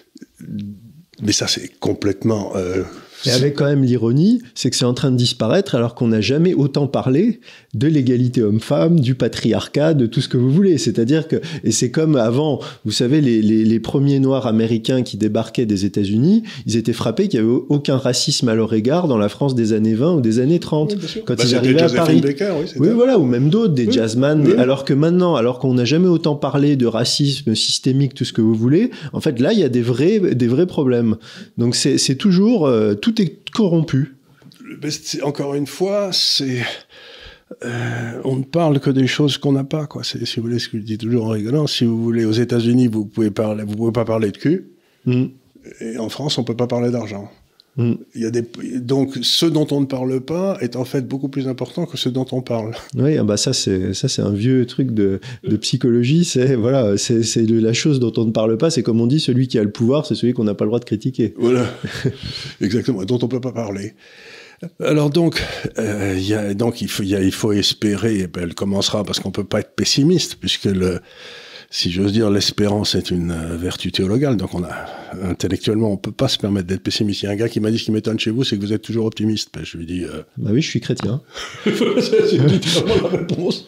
Mais ça, c'est complètement. Euh, Et avec quand même l'ironie, c'est que c'est en train de disparaître alors qu'on n'a jamais autant parlé de l'égalité homme-femme, du patriarcat, de tout ce que vous voulez. C'est-à-dire que, et c'est comme avant, vous savez, les, les, les premiers Noirs américains qui débarquaient des États-Unis, ils étaient frappés qu'il n'y avait aucun racisme à leur égard dans la France des années vingt ou des années trente. Oui, quand bah, ils arrivaient à Paris. Baker, oui, oui, voilà, ou même d'autres, des oui, jazzman. Oui. Alors que maintenant, alors qu'on n'a jamais autant parlé de racisme systémique, tout ce que vous voulez, en fait, là, il y a des vrais, des vrais problèmes. Donc c'est, c'est toujours, euh, tout est corrompu. Encore une fois, c'est euh, on ne parle que des choses qu'on n'a pas, quoi. C'est, si vous voulez, ce que je dis toujours en rigolant, si vous voulez, aux États-Unis, vous pouvez parler, vous pouvez pas parler de cul, mm. et en France, on peut pas parler d'argent. Mm. Il y a des, donc, ce dont on ne parle pas est en fait beaucoup plus important que ce dont on parle. Oui, bah ça c'est ça c'est un vieux truc de, de psychologie. C'est voilà, c'est, c'est la chose dont on ne parle pas. C'est comme on dit, celui qui a le pouvoir, c'est celui qu'on n'a pas le droit de critiquer. Voilà, exactement, dont on peut pas parler. Alors donc, euh, y a, donc il faut, y a, il faut espérer. Et ben, elle commencera parce qu'on peut pas être pessimiste puisque le Si j'ose dire, l'espérance est une euh, vertu théologale, donc on a, intellectuellement, on peut pas se permettre d'être pessimiste. Il y a un gars qui m'a dit, ce qui m'étonne chez vous, c'est que vous êtes toujours optimiste. Ben, je lui dis... Euh... Bah oui, je suis chrétien. c'est littéralement la réponse.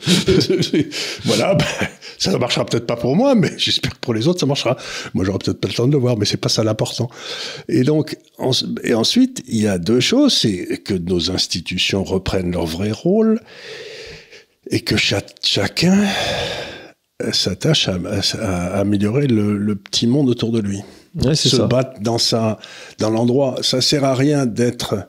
Voilà, ben, ça ne marchera peut-être pas pour moi, mais j'espère que pour les autres, ça marchera. Moi, j'aurai peut-être pas le temps de le voir, mais c'est pas ça l'important. Et donc, en, et ensuite, il y a deux choses, c'est que nos institutions reprennent leur vrai rôle, et que chaque, chacun... s'attache à, à, à améliorer le, le petit monde autour de lui. Ouais, c'est se ça. battre dans, sa, dans l'endroit. Ça sert à rien d'être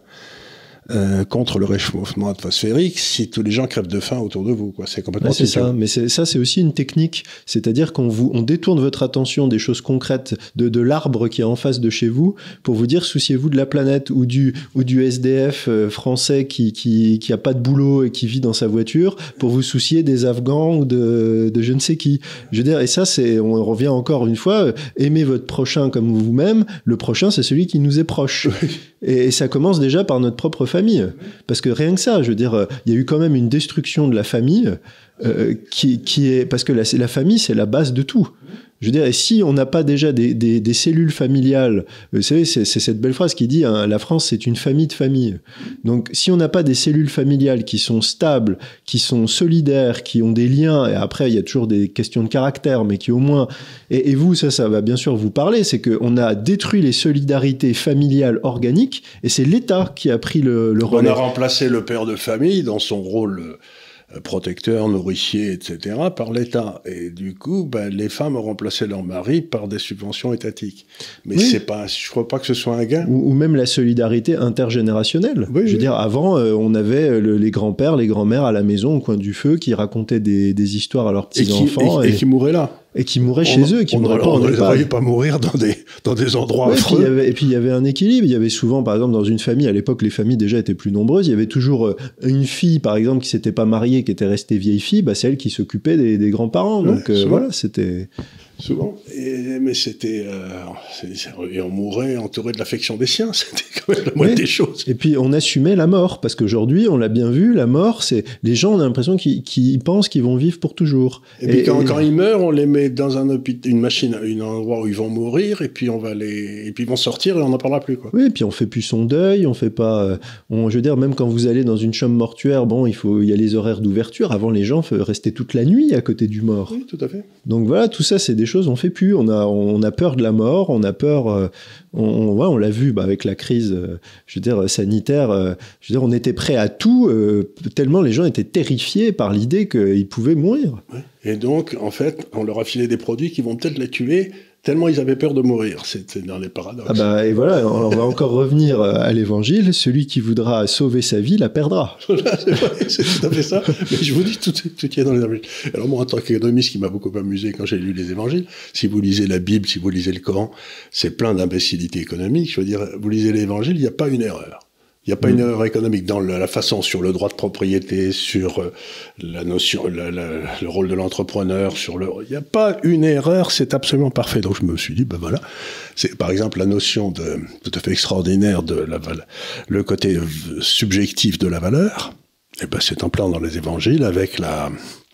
euh, contre le réchauffement atmosphérique si tous les gens crèvent de faim autour de vous, quoi. C'est complètement ouais, c'est ça. Mais c'est, ça, c'est aussi une technique. C'est-à-dire qu'on vous, on détourne votre attention des choses concrètes, de, de l'arbre qui est en face de chez vous, pour vous dire souciez-vous de la planète ou du, ou du S D F euh, français qui, qui, qui a pas de boulot et qui vit dans sa voiture, pour vous soucier des Afghans ou de, de je ne sais qui. Je veux dire, et ça, c'est, on revient encore une fois, euh, aimez votre prochain comme vous-même. Le prochain, c'est celui qui nous est proche. Et, et ça commence déjà par notre propre famille. Parce que rien que ça, je veux dire, il y a eu quand même une destruction de la famille euh, qui, qui est... Parce que la, la famille, c'est la base de tout. Je veux dire, et si on n'a pas déjà des, des, des cellules familiales, vous savez, c'est, c'est cette belle phrase qui dit hein, la France, c'est une famille de familles. Donc, si on n'a pas des cellules familiales qui sont stables, qui sont solidaires, qui ont des liens, et après, il y a toujours des questions de caractère, mais qui au moins... Et, et vous, ça, ça va bien sûr vous parler, c'est qu'on a détruit les solidarités familiales organiques, et c'est l'État qui a pris le, le relais. On a remplacé le père de famille dans son rôle... protecteur, nourricier, et cetera, par l'État. Et du coup, ben, les femmes ont remplacé leur mari par des subventions étatiques. Mais oui. c'est pas, je crois pas que ce soit un gain. Ou, ou même la solidarité intergénérationnelle. Oui, je veux oui. dire, avant, euh, on avait le, les grands-pères, les grands-mères à la maison, au coin du feu, qui racontaient des, des histoires à leurs petits-enfants. Et, et, et, et qui mouraient là. Et qui mouraient chez on, eux. Et qui on mouraient on pas ne les voyait pas mourir dans des, dans des endroits ouais, affreux. Et puis, il y avait, et puis il y avait un équilibre. Il y avait souvent, par exemple, dans une famille, à l'époque, les familles déjà étaient plus nombreuses. Il y avait toujours une fille, par exemple, qui s'était pas mariée, qui était restée vieille fille, bah, c'est elle qui s'occupait des, des grands-parents. Ouais, Donc euh, voilà, c'était... Souvent. Et, mais c'était... Euh, c'est, et on mourait entouré de l'affection des siens. C'était quand même la moindre oui. des choses. Et puis on assumait la mort. Parce qu'aujourd'hui, on l'a bien vu, la mort, c'est... Les gens ont l'impression qu'ils, qu'ils pensent qu'ils vont vivre pour toujours. Et, et puis quand, et... quand ils meurent, on les met dans un hôpital, une machine, un endroit où ils vont mourir, et puis on va les... Et puis ils vont sortir et on n'en parlera plus, quoi. Oui, et puis on fait plus son deuil, on fait pas... On, je veux dire, même quand vous allez dans une chambre mortuaire, bon, il faut, il y a les horaires d'ouverture. Avant, les gens restaient toute la nuit à côté du mort. Oui, tout à fait. Donc voilà, tout ça, c'est des choses on fait plus. On a, on a peur de la mort, on a peur... Euh, on, on, ouais, on l'a vu bah, avec la crise, euh, je veux dire, sanitaire. Euh, je veux dire, on était prêt à tout, euh, tellement les gens étaient terrifiés par l'idée qu'ils pouvaient mourir. Ouais. Et donc, en fait, on leur a filé des produits qui vont peut-être les tuer, tellement ils avaient peur de mourir. C'est, c'est dans les paradoxes. Ah bah, et voilà, on va encore revenir à l'évangile. Celui qui voudra sauver sa vie la perdra. Voilà, c'est vrai, c'est tout à fait ça. Mais je vous dis, tout, tout y est dans les évangiles. Alors moi, en tant qu'économiste, qui m'a beaucoup amusé quand j'ai lu les évangiles, si vous lisez la Bible, si vous lisez le Coran, c'est plein d'imbécilité économique. Je veux dire, vous lisez l'évangile, il n'y a pas une erreur. Il n'y a pas mmh. une erreur économique dans le, la façon, sur le droit de propriété, sur euh, la notion, la, la, le rôle de l'entrepreneur, sur le, il n'y a pas une erreur, c'est absolument parfait. Donc je me suis dit, ben voilà, c'est par exemple la notion de, tout à fait extraordinaire de la, le côté subjectif de la valeur, et ben c'est en plein dans les évangiles avec la,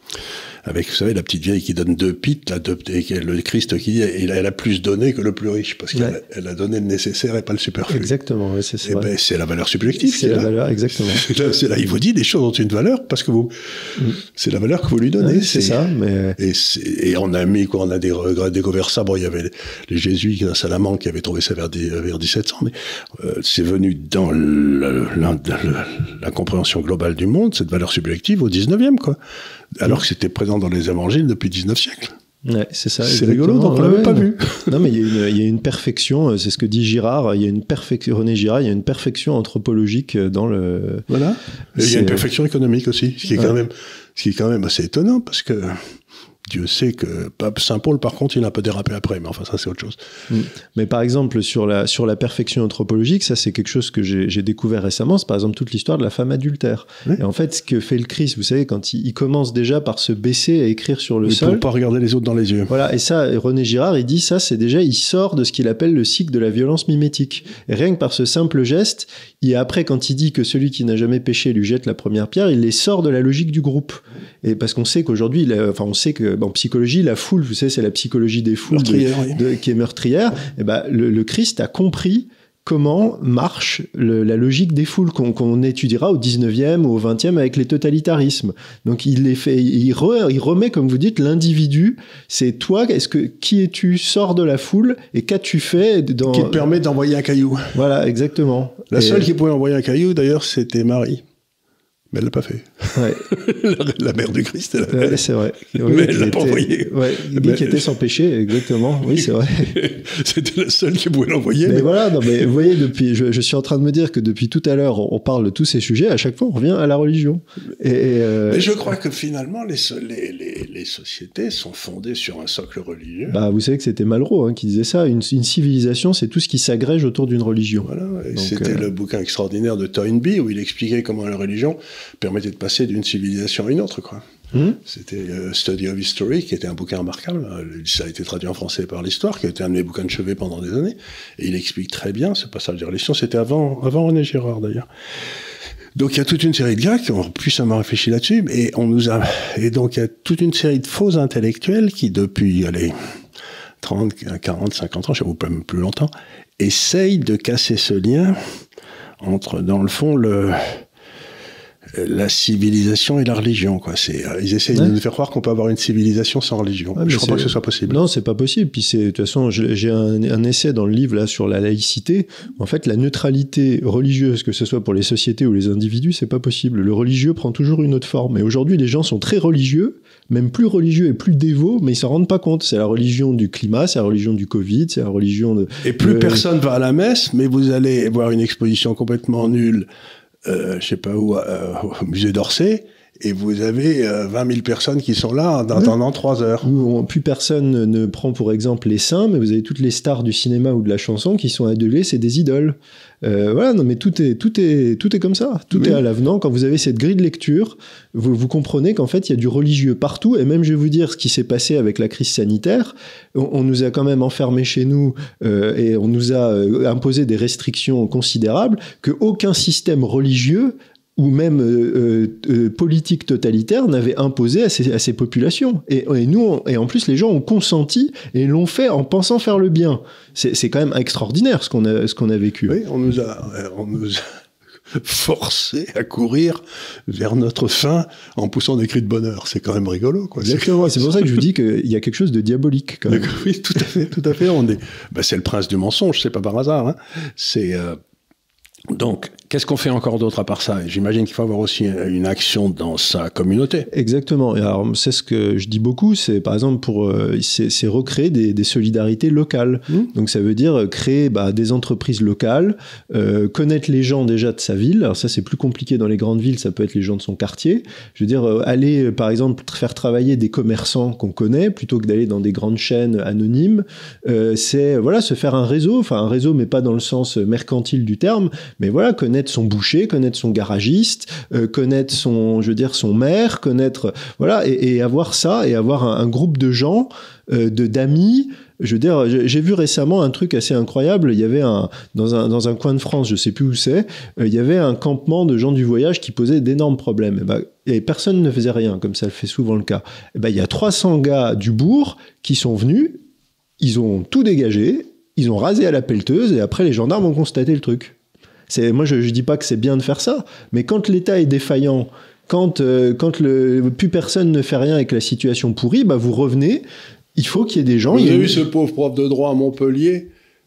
avec, vous savez, la petite vieille qui donne deux pites, là, deux, et le Christ qui dit, elle, elle a plus donné que le plus riche, parce qu'elle ouais. elle a donné le nécessaire et pas le superflu. Exactement, oui, c'est ça. Et ben, c'est la valeur subjective. C'est la là. valeur, exactement. C'est là, c'est là, il vous dit, les choses ont une valeur, parce que vous, mm. c'est la valeur que vous lui donnez. Ouais, c'est, c'est ça, mais... Et, c'est, et on a mis, quoi, on a des, découvert ça, bon, il y avait les jésuites à Salamanque qui avaient trouvé ça vers, vers dix-sept cents, mais euh, c'est venu dans le, la, la, la compréhension globale du monde, cette valeur subjective au dix-neuvième, quoi. Alors que c'était présent dans les évangiles depuis dix-neuf siècles. Ouais, c'est ça. C'est rigolo, donc on l'avait ouais, pas non. vu. Non, mais il y, a une, il y a une perfection, c'est ce que dit Girard, il y a une perfection, René Girard, il y a une perfection anthropologique dans le... Voilà. Et il y a une perfection économique aussi, ce qui est, ouais. quand même, ce qui est quand même assez étonnant, parce que Dieu sait que Pape Saint-Paul, par contre, il a un peu dérapé après, mais enfin, ça, c'est autre chose. Mmh. Mais par exemple, sur la, sur la perfection anthropologique, ça, c'est quelque chose que j'ai, j'ai découvert récemment, c'est par exemple toute l'histoire de la femme adultère. Oui. Et en fait, ce que fait le Christ, vous savez, quand il, il commence déjà par se baisser à écrire sur le oui, sol... pour pas regarder les autres dans les yeux. Voilà, et ça, René Girard, il dit, ça, c'est déjà, il sort de ce qu'il appelle le cycle de la violence mimétique. Et rien que par ce simple geste, et après, quand il dit que celui qui n'a jamais péché lui jette la première pierre, il les sort de la logique du groupe. Et parce qu'on sait qu'aujourd'hui, enfin, on sait que, en psychologie, la foule, vous savez, c'est la psychologie des foules de, oui. de, qui est meurtrière. Et ben, le, le Christ a compris comment marche le, la logique des foules qu'on, qu'on étudiera au dix-neuvième ou au vingtième avec les totalitarismes. Donc il les fait, il, re, il remet, comme vous dites, l'individu. C'est toi, est-ce que qui es-tu, sors de la foule et qu'as-tu fait dans... Qui te permet d'envoyer un caillou. Voilà, exactement. La et... seule qui pouvait envoyer un caillou, d'ailleurs, c'était Marie. Mais elle l'a pas fait. Ouais. la, la mère du Christ, elle ouais, c'est vrai. Oui, mais elle l'a pas envoyé. Ouais, il dit mais... qu'il était sans péché, exactement. Oui, c'est vrai. C'était la seule qui pouvait l'envoyer. Mais, mais... voilà, non, mais vous voyez, depuis, je, je suis en train de me dire que depuis tout à l'heure, on parle de tous ces sujets. À chaque fois, on revient à la religion. Et, et euh... Mais je crois que finalement, les, les, les, les sociétés sont fondées sur un socle religieux. Bah, vous savez que c'était Malraux hein, qui disait ça. Une, une civilisation, c'est tout ce qui s'agrège autour d'une religion. Voilà. Et donc, c'était euh... le bouquin extraordinaire de Toynbee où il expliquait comment la religion permettait de passer d'une civilisation à une autre, quoi. Mmh. C'était euh, Study of History, qui était un bouquin remarquable. Ça a été traduit en français par l'Histoire, qui a été un de mes bouquins de chevet pendant des années. Et il explique très bien ce passage de religion. C'était avant, avant René Girard, d'ailleurs. Donc il y a toute une série de gars qui ont puissamment réfléchi là-dessus. Et on nous a, et donc il y a toute une série de faux intellectuels qui, depuis, allez, trente, quarante, cinquante ans, je ne sais pas, même plus longtemps, essayent de casser ce lien entre, dans le fond, le, la civilisation et la religion, quoi. C'est, euh, ils essayent ouais. de nous faire croire qu'on peut avoir une civilisation sans religion. Ouais, je ne crois pas que ce soit possible. Non, c'est pas possible. Puis c'est, de toute façon, j'ai un, un essai dans le livre là sur la laïcité. En fait, la neutralité religieuse, que ce soit pour les sociétés ou les individus, c'est pas possible. Le religieux prend toujours une autre forme. Et aujourd'hui, les gens sont très religieux, même plus religieux et plus dévots, mais ils s'en rendent pas compte. C'est la religion du climat, c'est la religion du Covid, c'est la religion de... Et plus de... personne va à la messe, mais vous allez voir une exposition complètement nulle, euh, je sais pas où, euh, au musée d'Orsay, et vous avez euh, vingt mille personnes qui sont là en attendant trois heures. Où on, plus personne ne prend pour exemple les saints, mais vous avez toutes les stars du cinéma ou de la chanson qui sont adulées, c'est des idoles. Euh, voilà, non mais tout est, tout est, tout est comme ça. Tout oui. est à l'avenant. Quand vous avez cette grille de lecture, vous, vous comprenez qu'en fait, il y a du religieux partout. Et même, je vais vous dire, ce qui s'est passé avec la crise sanitaire, on, on nous a quand même enfermés chez nous euh, et on nous a euh, imposé des restrictions considérables que aucun système religieux ou même euh, euh, politique totalitaire n'avait imposé à ces, à ces populations. Et, et nous, on, et en plus, les gens ont consenti et l'ont fait en pensant faire le bien. C'est, c'est quand même extraordinaire ce qu'on a, ce qu'on a vécu. Oui, on nous a, on nous a forcés à courir vers notre fin en poussant des cris de bonheur. C'est quand même rigolo, quoi. Exactement. C'est, c'est pour ça que je vous dis qu'il y a quelque chose de diabolique, quand même. Oui, tout à fait, tout à fait. On est, ben, c'est le prince du mensonge, c'est pas par hasard, hein. C'est, euh, donc, qu'est-ce qu'on fait encore d'autre à part ça? J'imagine qu'il faut avoir aussi une action dans sa communauté. Exactement. Et alors, c'est ce que je dis beaucoup, c'est par exemple pour, euh, c'est, c'est recréer des, des solidarités locales. Mmh. Donc, ça veut dire créer bah, des entreprises locales, euh, connaître les gens déjà de sa ville. Alors ça, c'est plus compliqué dans les grandes villes, ça peut être les gens de son quartier. Je veux dire, euh, aller, par exemple, faire travailler des commerçants qu'on connaît, plutôt que d'aller dans des grandes chaînes anonymes. Euh, c'est, voilà, se faire un réseau, enfin un réseau, mais pas dans le sens mercantile du terme, mais voilà, connaître son boucher, connaître son garagiste, euh, connaître son, je veux dire, son maire, connaître, voilà, et, et avoir ça, et avoir un, un groupe de gens, euh, de d'amis. Je veux dire, j'ai vu récemment un truc assez incroyable. Il y avait un, dans un, dans un coin de France, je sais plus où c'est, euh, il y avait un campement de gens du voyage qui posaient d'énormes problèmes. Et, ben, et personne ne faisait rien, comme ça le fait souvent le cas. Et ben, il y a trois cents gars du bourg qui sont venus, ils ont tout dégagé, ils ont rasé à la pelleteuse, et après les gendarmes ont constaté le truc. C'est, moi, je ne dis pas que c'est bien de faire ça, mais quand l'État est défaillant, quand, euh, quand le, plus personne ne fait rien et que la situation pourrit, bah vous revenez, il faut qu'il y ait des gens... Vous avez vu ce pauvre prof de droit à Montpellier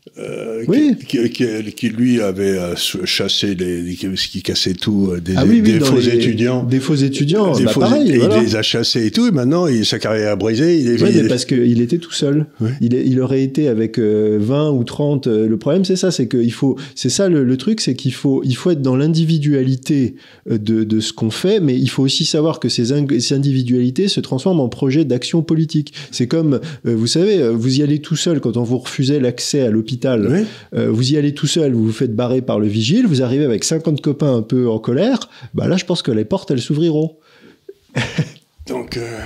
Euh, oui. qui, qui, qui, qui lui avait euh, chassé les, qui, qui cassait tout euh, des, ah oui, oui, des faux les, étudiants, des faux étudiants, des bah faux pareil, et voilà. il les a chassés et tout. Et maintenant, il, sa carrière a brisé. Il est, ouais, il mais est... parce qu'il était tout seul. Oui. Il, est, il aurait été avec euh, vingt ou trente. Euh, le problème, c'est ça, c'est que il faut, c'est ça le, le truc, c'est qu'il faut, il faut être dans l'individualité de, de ce qu'on fait, mais il faut aussi savoir que ces, in- ces individualités se transforment en projet d'action politique. C'est comme, euh, vous savez, vous y allez tout seul quand on vous refusait l'accès à l'hôpital. Oui. Euh, vous y allez tout seul, vous vous faites barrer par le vigile, vous arrivez avec cinquante copains un peu en colère, bah là je pense que les portes elles s'ouvriront. Donc euh,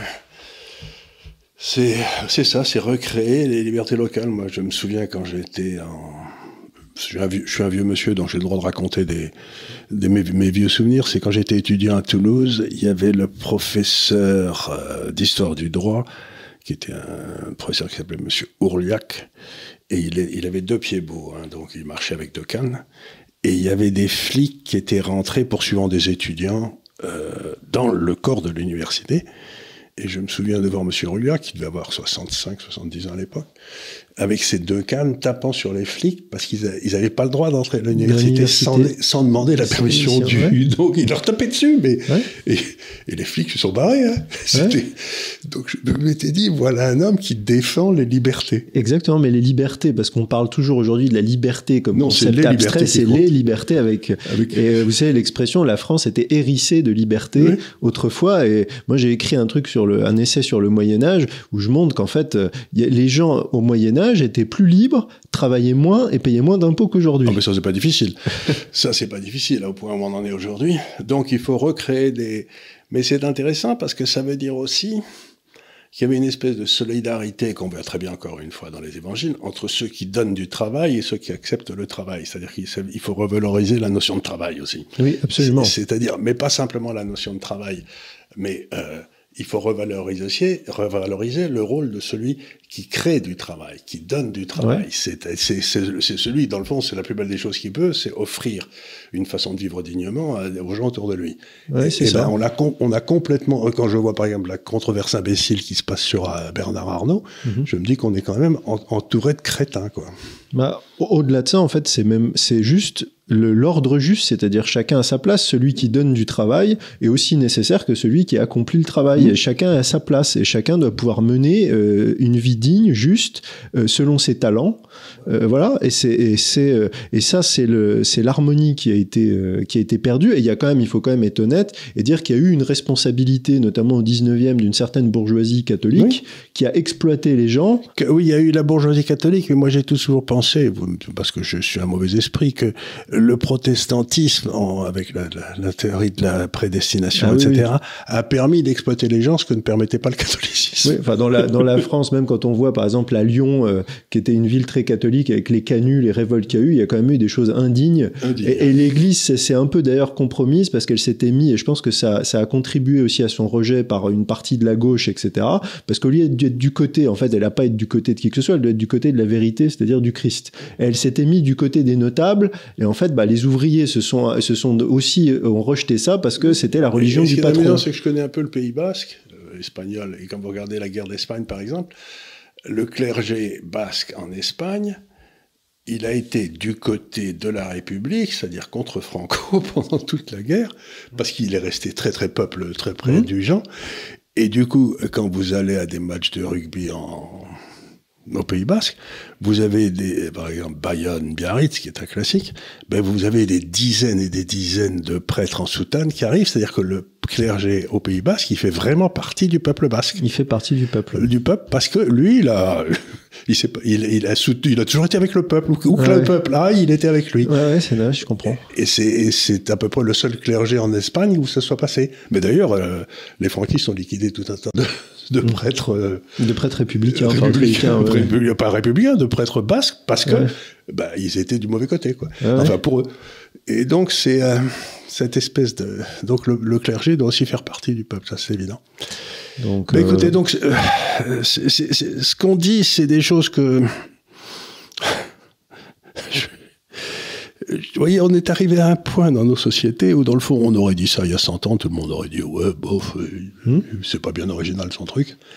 c'est c'est ça, c'est recréer les libertés locales. Moi je me souviens quand j'étais en... Je suis, un vieux, je suis un vieux monsieur, donc j'ai le droit de raconter des, des, mes, mes vieux souvenirs. C'est quand j'étais étudiant à Toulouse, il y avait le professeur euh, d'histoire du droit, qui était un professeur qui s'appelait Monsieur Ourliac, et il, est, il avait deux pieds beaux, hein, donc il marchait avec deux cannes. Et il y avait des flics qui étaient rentrés poursuivant des étudiants euh, dans le corps de l'université. Et je me souviens de voir Monsieur Ourliac, qui devait avoir soixante-cinq, soixante-dix ans à l'époque, avec ses deux cannes tapant sur les flics parce qu'ils n'avaient pas le droit d'entrer à l'université sans, sans demander la permission du... Ouais. Donc ils leur tapaient dessus, mais... Ouais. Et, et les flics se sont barrés. Hein. Ouais. Donc je m'étais dit, voilà un homme qui défend les libertés. Exactement, mais les libertés, parce qu'on parle toujours aujourd'hui de la liberté comme non, concept abstrait, c'est les libertés avec... avec... Et vous savez, l'expression, la France était hérissée de liberté oui. autrefois, et moi j'ai écrit un truc sur le, un essai sur le Moyen-Âge où je montre qu'en fait, y a, les gens au Moyen-Âge étaient plus libres, travaillaient moins et payaient moins d'impôts qu'aujourd'hui. Ah mais ça c'est pas difficile. Ça c'est pas difficile au point où on en est aujourd'hui. Donc il faut recréer des... Mais c'est intéressant parce que ça veut dire aussi qu'il y avait une espèce de solidarité qu'on voit très bien encore une fois dans les évangiles entre ceux qui donnent du travail et ceux qui acceptent le travail. C'est-à-dire qu'il faut revaloriser la notion de travail aussi. Oui, absolument. C'est-à-dire, mais pas simplement la notion de travail, mais... Euh, il faut revaloriser, revaloriser le rôle de celui qui crée du travail, qui donne du travail. Ouais. C'est, c'est, c'est, c'est celui, dans le fond, c'est la plus belle des choses qu'il peut, c'est offrir une façon de vivre dignement à, aux gens autour de lui. Ouais, et c'est et ça. Ben, on, a, on a complètement, quand je vois par exemple la controverse imbécile qui se passe sur euh, Bernard Arnault, mm-hmm. je me dis qu'on est quand même en, entouré de crétins, quoi. Bah, au-delà de ça, en fait, c'est même, c'est juste le, l'ordre juste, c'est-à-dire chacun à sa place. Celui qui donne du travail est aussi nécessaire que celui qui accomplit le travail. Mmh. Et chacun à sa place et chacun doit pouvoir mener euh, une vie digne, juste, euh, selon ses talents. Euh, voilà. Et c'est, et c'est, euh, et ça, c'est le, c'est l'harmonie qui a été, euh, qui a été perdue. Et il y a quand même, il faut quand même être honnête et dire qu'il y a eu une responsabilité, notamment au dix-neuvième, d'une certaine bourgeoisie catholique, oui. qui a exploité les gens. Que, oui, il y a eu la bourgeoisie catholique, mais moi j'ai toujours pensé, parce que je suis un mauvais esprit, que le protestantisme, en, avec la, la, la théorie de la prédestination, ah, et cetera, oui, oui. a permis d'exploiter les gens, ce que ne permettait pas le catholicisme. Oui, enfin dans la dans la France, même quand on voit par exemple à Lyon, euh, qui était une ville très catholique, avec les canuts, les révoltes qu'il y a eu, il y a quand même eu des choses indignes. Indigne. Et, et l'Église s'est un peu d'ailleurs compromise parce qu'elle s'était mise, et je pense que ça ça a contribué aussi à son rejet par une partie de la gauche, et cetera. Parce qu'au lieu d'être du côté, en fait, elle n'a pas être du côté de qui que ce soit, elle doit être du côté de la vérité, c'est-à-dire du Christ. Elle s'était mise du côté des notables, et en fait, bah, les ouvriers se sont, se sont aussi ont rejeté ça parce que c'était la religion et, et du patron. Ce qui est amusant, c'est que je connais un peu le Pays basque, euh, espagnol, et quand vous regardez la guerre d'Espagne, par exemple, le clergé basque en Espagne, il a été du côté de la République, c'est-à-dire contre Franco pendant toute la guerre, parce qu'il est resté très très peuple, très près mmh. du gens. Et du coup, quand vous allez à des matchs de rugby en au Pays basque, vous avez des, par exemple, Bayonne, Biarritz, qui est un classique, ben vous avez des dizaines et des dizaines de prêtres en soutane qui arrivent, c'est-à-dire que le clergé au Pays basque, il fait vraiment partie du peuple basque. Il fait partie du peuple. Du peuple, parce que lui, il a, il, s'est, il, il a soutenu, il a toujours été avec le peuple, ou que ouais, le ouais. peuple, ah, il était avec lui. Ouais, ouais, c'est là, je comprends. Et c'est, et c'est à peu près le seul clergé en Espagne où ça soit passé. Mais d'ailleurs, euh, les franquistes ont liquidé tout un tas de, de prêtres... Euh, de prêtres républicains, euh, républicains, enfin, républicains ouais. Pas républicains, de prêtres basques, parce que, ouais. bah, ils étaient du mauvais côté, quoi. Ouais, enfin, pour eux. Et donc, c'est, euh, cette espèce de, donc le, le clergé doit aussi faire partie du peuple, ça c'est évident. Donc, mais euh... écoutez, donc, euh, c'est, c'est, c'est, ce qu'on dit, c'est des choses que, vous voyez, on est arrivé à un point dans nos sociétés où, dans le fond, on aurait dit ça il y a cent ans, tout le monde aurait dit, ouais, bof, hum. c'est pas bien original son truc.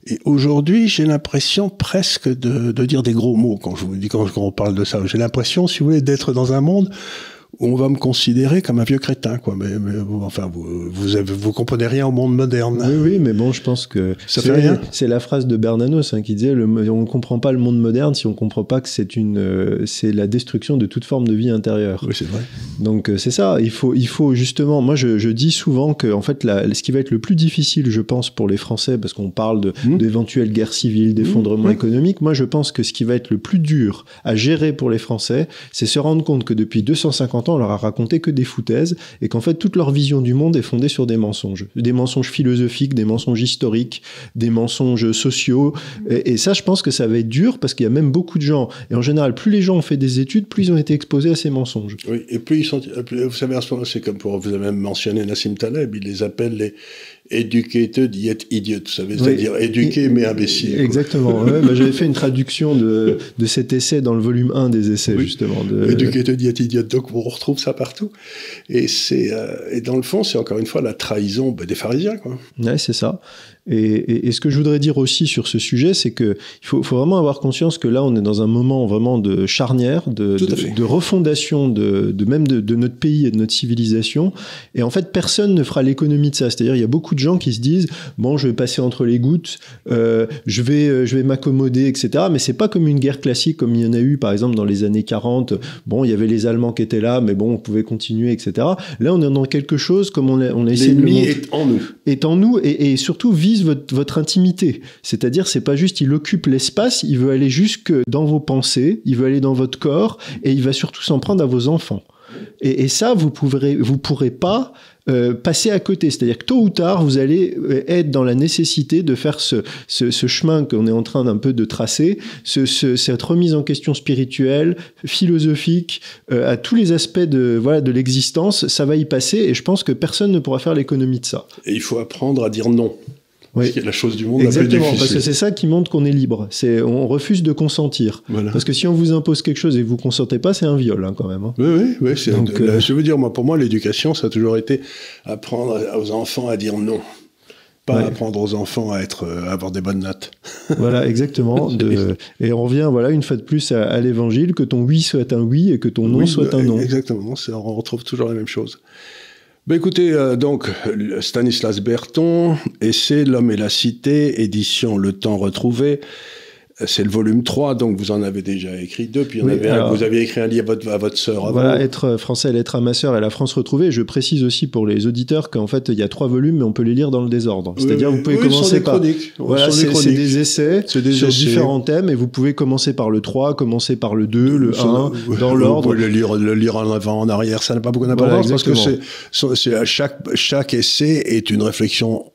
Et aujourd'hui, j'ai l'impression presque de, de dire des gros mots quand je vous dis, quand, quand on parle de ça. J'ai l'impression, si vous voulez, d'être dans un monde où on va me considérer comme un vieux crétin, quoi. Mais, mais enfin, vous, vous, avez, vous comprenez rien au monde moderne. Oui, oui, mais bon, je pense que ça fait rien. C'est la phrase de Bernanos hein, qui disait le, on ne comprend pas le monde moderne si on ne comprend pas que c'est une, euh, c'est la destruction de toute forme de vie intérieure. Oui, c'est vrai. Donc euh, c'est ça. Il faut, il faut justement. Moi, je, je dis souvent que en fait, la, ce qui va être le plus difficile, je pense, pour les Français, parce qu'on parle de, mmh. d'éventuelles guerres civiles, d'effondrement mmh. économique. Moi, je pense que ce qui va être le plus dur à gérer pour les Français, c'est se rendre compte que depuis deux cent cinquante ans, on leur a raconté que des foutaises et qu'en fait toute leur vision du monde est fondée sur des mensonges, des mensonges philosophiques, des mensonges historiques, des mensonges sociaux et, et ça je pense que ça va être dur parce qu'il y a même beaucoup de gens et en général plus les gens ont fait des études, plus ils ont été exposés à ces mensonges. Oui, et plus ils sont, vous savez en ce moment c'est comme pour, vous avez même mentionné Nassim Taleb, il les appelle les educated yet idiot, vous savez, c'est-à-dire oui. éduqués mais imbéciles. Exactement. Ouais, bah, j'avais fait une traduction de, de cet essai dans le volume un des essais, oui. justement. De... Educated yet idiot, donc on retrouve ça partout. Et, c'est, euh, et dans le fond, c'est encore une fois la trahison bah, des pharisiens, quoi. Ouais, c'est ça. Et, et, et ce que je voudrais dire aussi sur ce sujet, c'est qu'il faut, faut vraiment avoir conscience que là, on est dans un moment vraiment de charnière, de, de, de refondation de, de même de, de notre pays et de notre civilisation. Et en fait, personne ne fera l'économie de ça. C'est-à-dire, il y a beaucoup de gens qui se disent « bon, je vais passer entre les gouttes, euh, je vais, je vais m'accommoder, et cetera » Mais c'est pas comme une guerre classique comme il y en a eu, par exemple, dans les années quarante. Bon, il y avait les Allemands qui étaient là, mais bon, on pouvait continuer, et cetera. Là, on est dans quelque chose comme on a, on a essayé de le montrer. L'ennemi est en nous. Est en nous et, et surtout vise Votre, votre intimité. C'est-à-dire, c'est pas juste, il occupe l'espace, il veut aller jusque dans vos pensées, il veut aller dans votre corps, et il va surtout s'en prendre à vos enfants. Et, et ça, vous pourrez, vous pourrez pas euh, passer à côté. C'est-à-dire que tôt ou tard, vous allez être dans la nécessité de faire ce, ce, ce chemin qu'on est en train d'un peu de tracer, ce, ce, cette remise en question spirituelle, philosophique, euh, à tous les aspects de, voilà, de l'existence, ça va y passer, et je pense que personne ne pourra faire l'économie de ça. Et il faut apprendre à dire non. Oui. C'est la chose du monde Exactement, la plus difficile. Parce que c'est ça qui montre qu'on est libre. C'est, on refuse de consentir. Voilà. Parce que si on vous impose quelque chose et que vous consentez pas, c'est un viol, hein, quand même. Hein. Oui, oui, oui. C'est Donc, un, euh... je veux dire, moi, pour moi, l'éducation, ça a toujours été apprendre aux enfants à dire non. Pas ouais. apprendre aux enfants à être, à avoir des bonnes notes. Voilà, exactement. De, et on revient, voilà, une fois de plus à, à l'évangile, que ton oui soit un oui et que ton non oui, soit un non. Exactement. C'est, on retrouve toujours la même chose. Ben écoutez, euh, donc, Stanislas Berton, essai L'homme et la cité, édition Le Temps retrouvé. C'est le volume trois, donc vous en avez déjà écrit deux, puis il y en oui, avait alors, un, vous aviez écrit un livre à votre, à votre sœur avant. Voilà, Être français, lettre à ma sœur et la France retrouvée. Je précise aussi pour les auditeurs qu'en fait, il y a trois volumes, mais on peut les lire dans le désordre. C'est-à-dire, oui, vous pouvez oui, commencer par... Voilà, c'est, des c'est des essais c'est des sur essais. différents thèmes, et vous pouvez commencer par le trois, commencer par le deux, le un, dans l'ordre. Vous pouvez le lire, le lire en avant, en arrière, ça n'a pas beaucoup d'importance, voilà, parce que c'est, c'est, chaque, chaque essai est une réflexion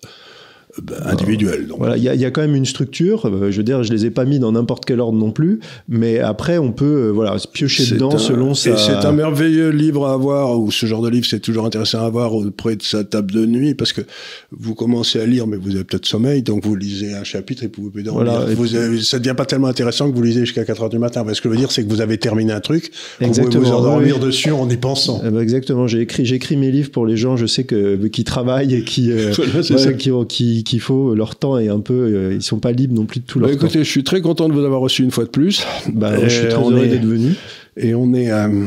individuel. Donc. Voilà, il y, y a quand même une structure. Euh, je veux dire, je les ai pas mis dans n'importe quel ordre non plus, mais après on peut, euh, voilà, piocher c'est dedans un, selon ça. Et c'est un merveilleux livre à avoir, ou ce genre de livre, c'est toujours intéressant à avoir auprès de sa table de nuit, parce que vous commencez à lire, mais vous avez peut-être sommeil, donc vous lisez un chapitre et vous pouvez dormir. Voilà, vous avez, ça devient pas tellement intéressant que vous lisez jusqu'à quatre heures du matin. Parce que ce que je veux dire, c'est que vous avez terminé un truc, exactement, vous pouvez vous endormir oui. dessus en y pensant. Eh ben exactement. J'ai écrit, j'écris mes livres pour les gens, je sais que qui travaillent et qui, euh, voilà, voilà, qui, qui, qu'il faut leur temps et un peu, euh, ils sont pas libres non plus de tout leur bah, temps. Écoutez, je suis très content de vous avoir reçu une fois de plus. Bah, je suis très heureux d'être venu. Et on est, euh,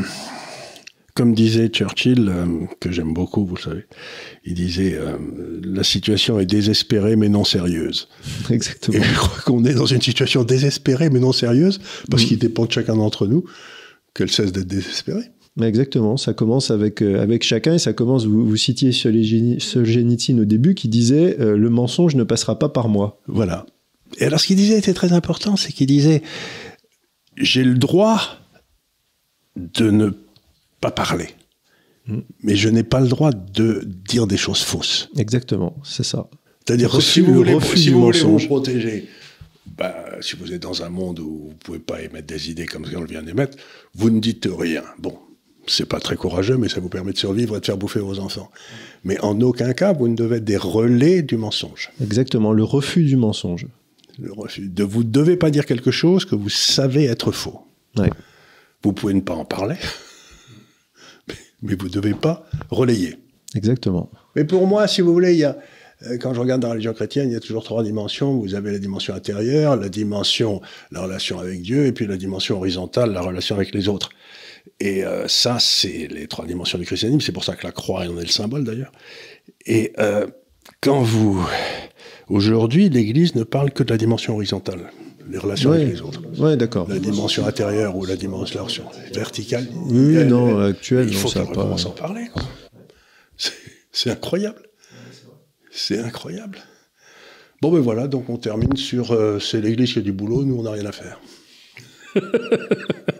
comme disait Churchill, euh, que j'aime beaucoup, vous savez, il disait euh, la situation est désespérée mais non sérieuse. Exactement. Et je crois qu'on est dans une situation désespérée mais non sérieuse, parce mmh. qu'il dépend de chacun d'entre nous qu'elle cesse d'être désespérée. Exactement, ça commence avec, euh, avec chacun, et ça commence, vous, vous citiez Solzhenitsyn au début qui disait euh, « le mensonge ne passera pas par moi ». Voilà. Et alors ce qu'il disait était très important, c'est qu'il disait « j'ai le droit de ne pas parler, mmh. mais je n'ai pas le droit de dire des choses fausses ». Exactement, c'est ça. C'est-à-dire que si vous voulez, si vous, voulez vous protéger, bah, si vous êtes dans un monde où vous ne pouvez pas émettre des idées comme on vient d'émettre, vous ne dites rien. Bon. C'est pas très courageux, mais ça vous permet de survivre et de faire bouffer vos enfants. Mais en aucun cas, vous ne devez être des relais du mensonge. Exactement, le refus du mensonge. Le refus. De, vous ne devez pas dire quelque chose que vous savez être faux. Ouais. Vous pouvez ne pas en parler, mais, mais vous ne devez pas relayer. Exactement. Mais pour moi, si vous voulez, il y a... quand je regarde dans la religion chrétienne, il y a toujours trois dimensions. Vous avez la dimension intérieure, la dimension, la relation avec Dieu, et puis la dimension horizontale, la relation avec les autres. Et euh, ça, c'est les trois dimensions du christianisme. C'est pour ça que la croix en est le symbole, d'ailleurs. Et euh, quand vous... Aujourd'hui, l'Église ne parle que de la dimension horizontale, les relations ouais, avec les autres. Ouais, d'accord. La dimension intérieure ou la dimension verticale. Oui, elle, non, elle, actuelle, il faut qu'on recommence à en parler. C'est incroyable. C'est incroyable. Bon, ben voilà, donc on termine sur euh, c'est l'Église qui a du boulot, nous, on n'a rien à faire.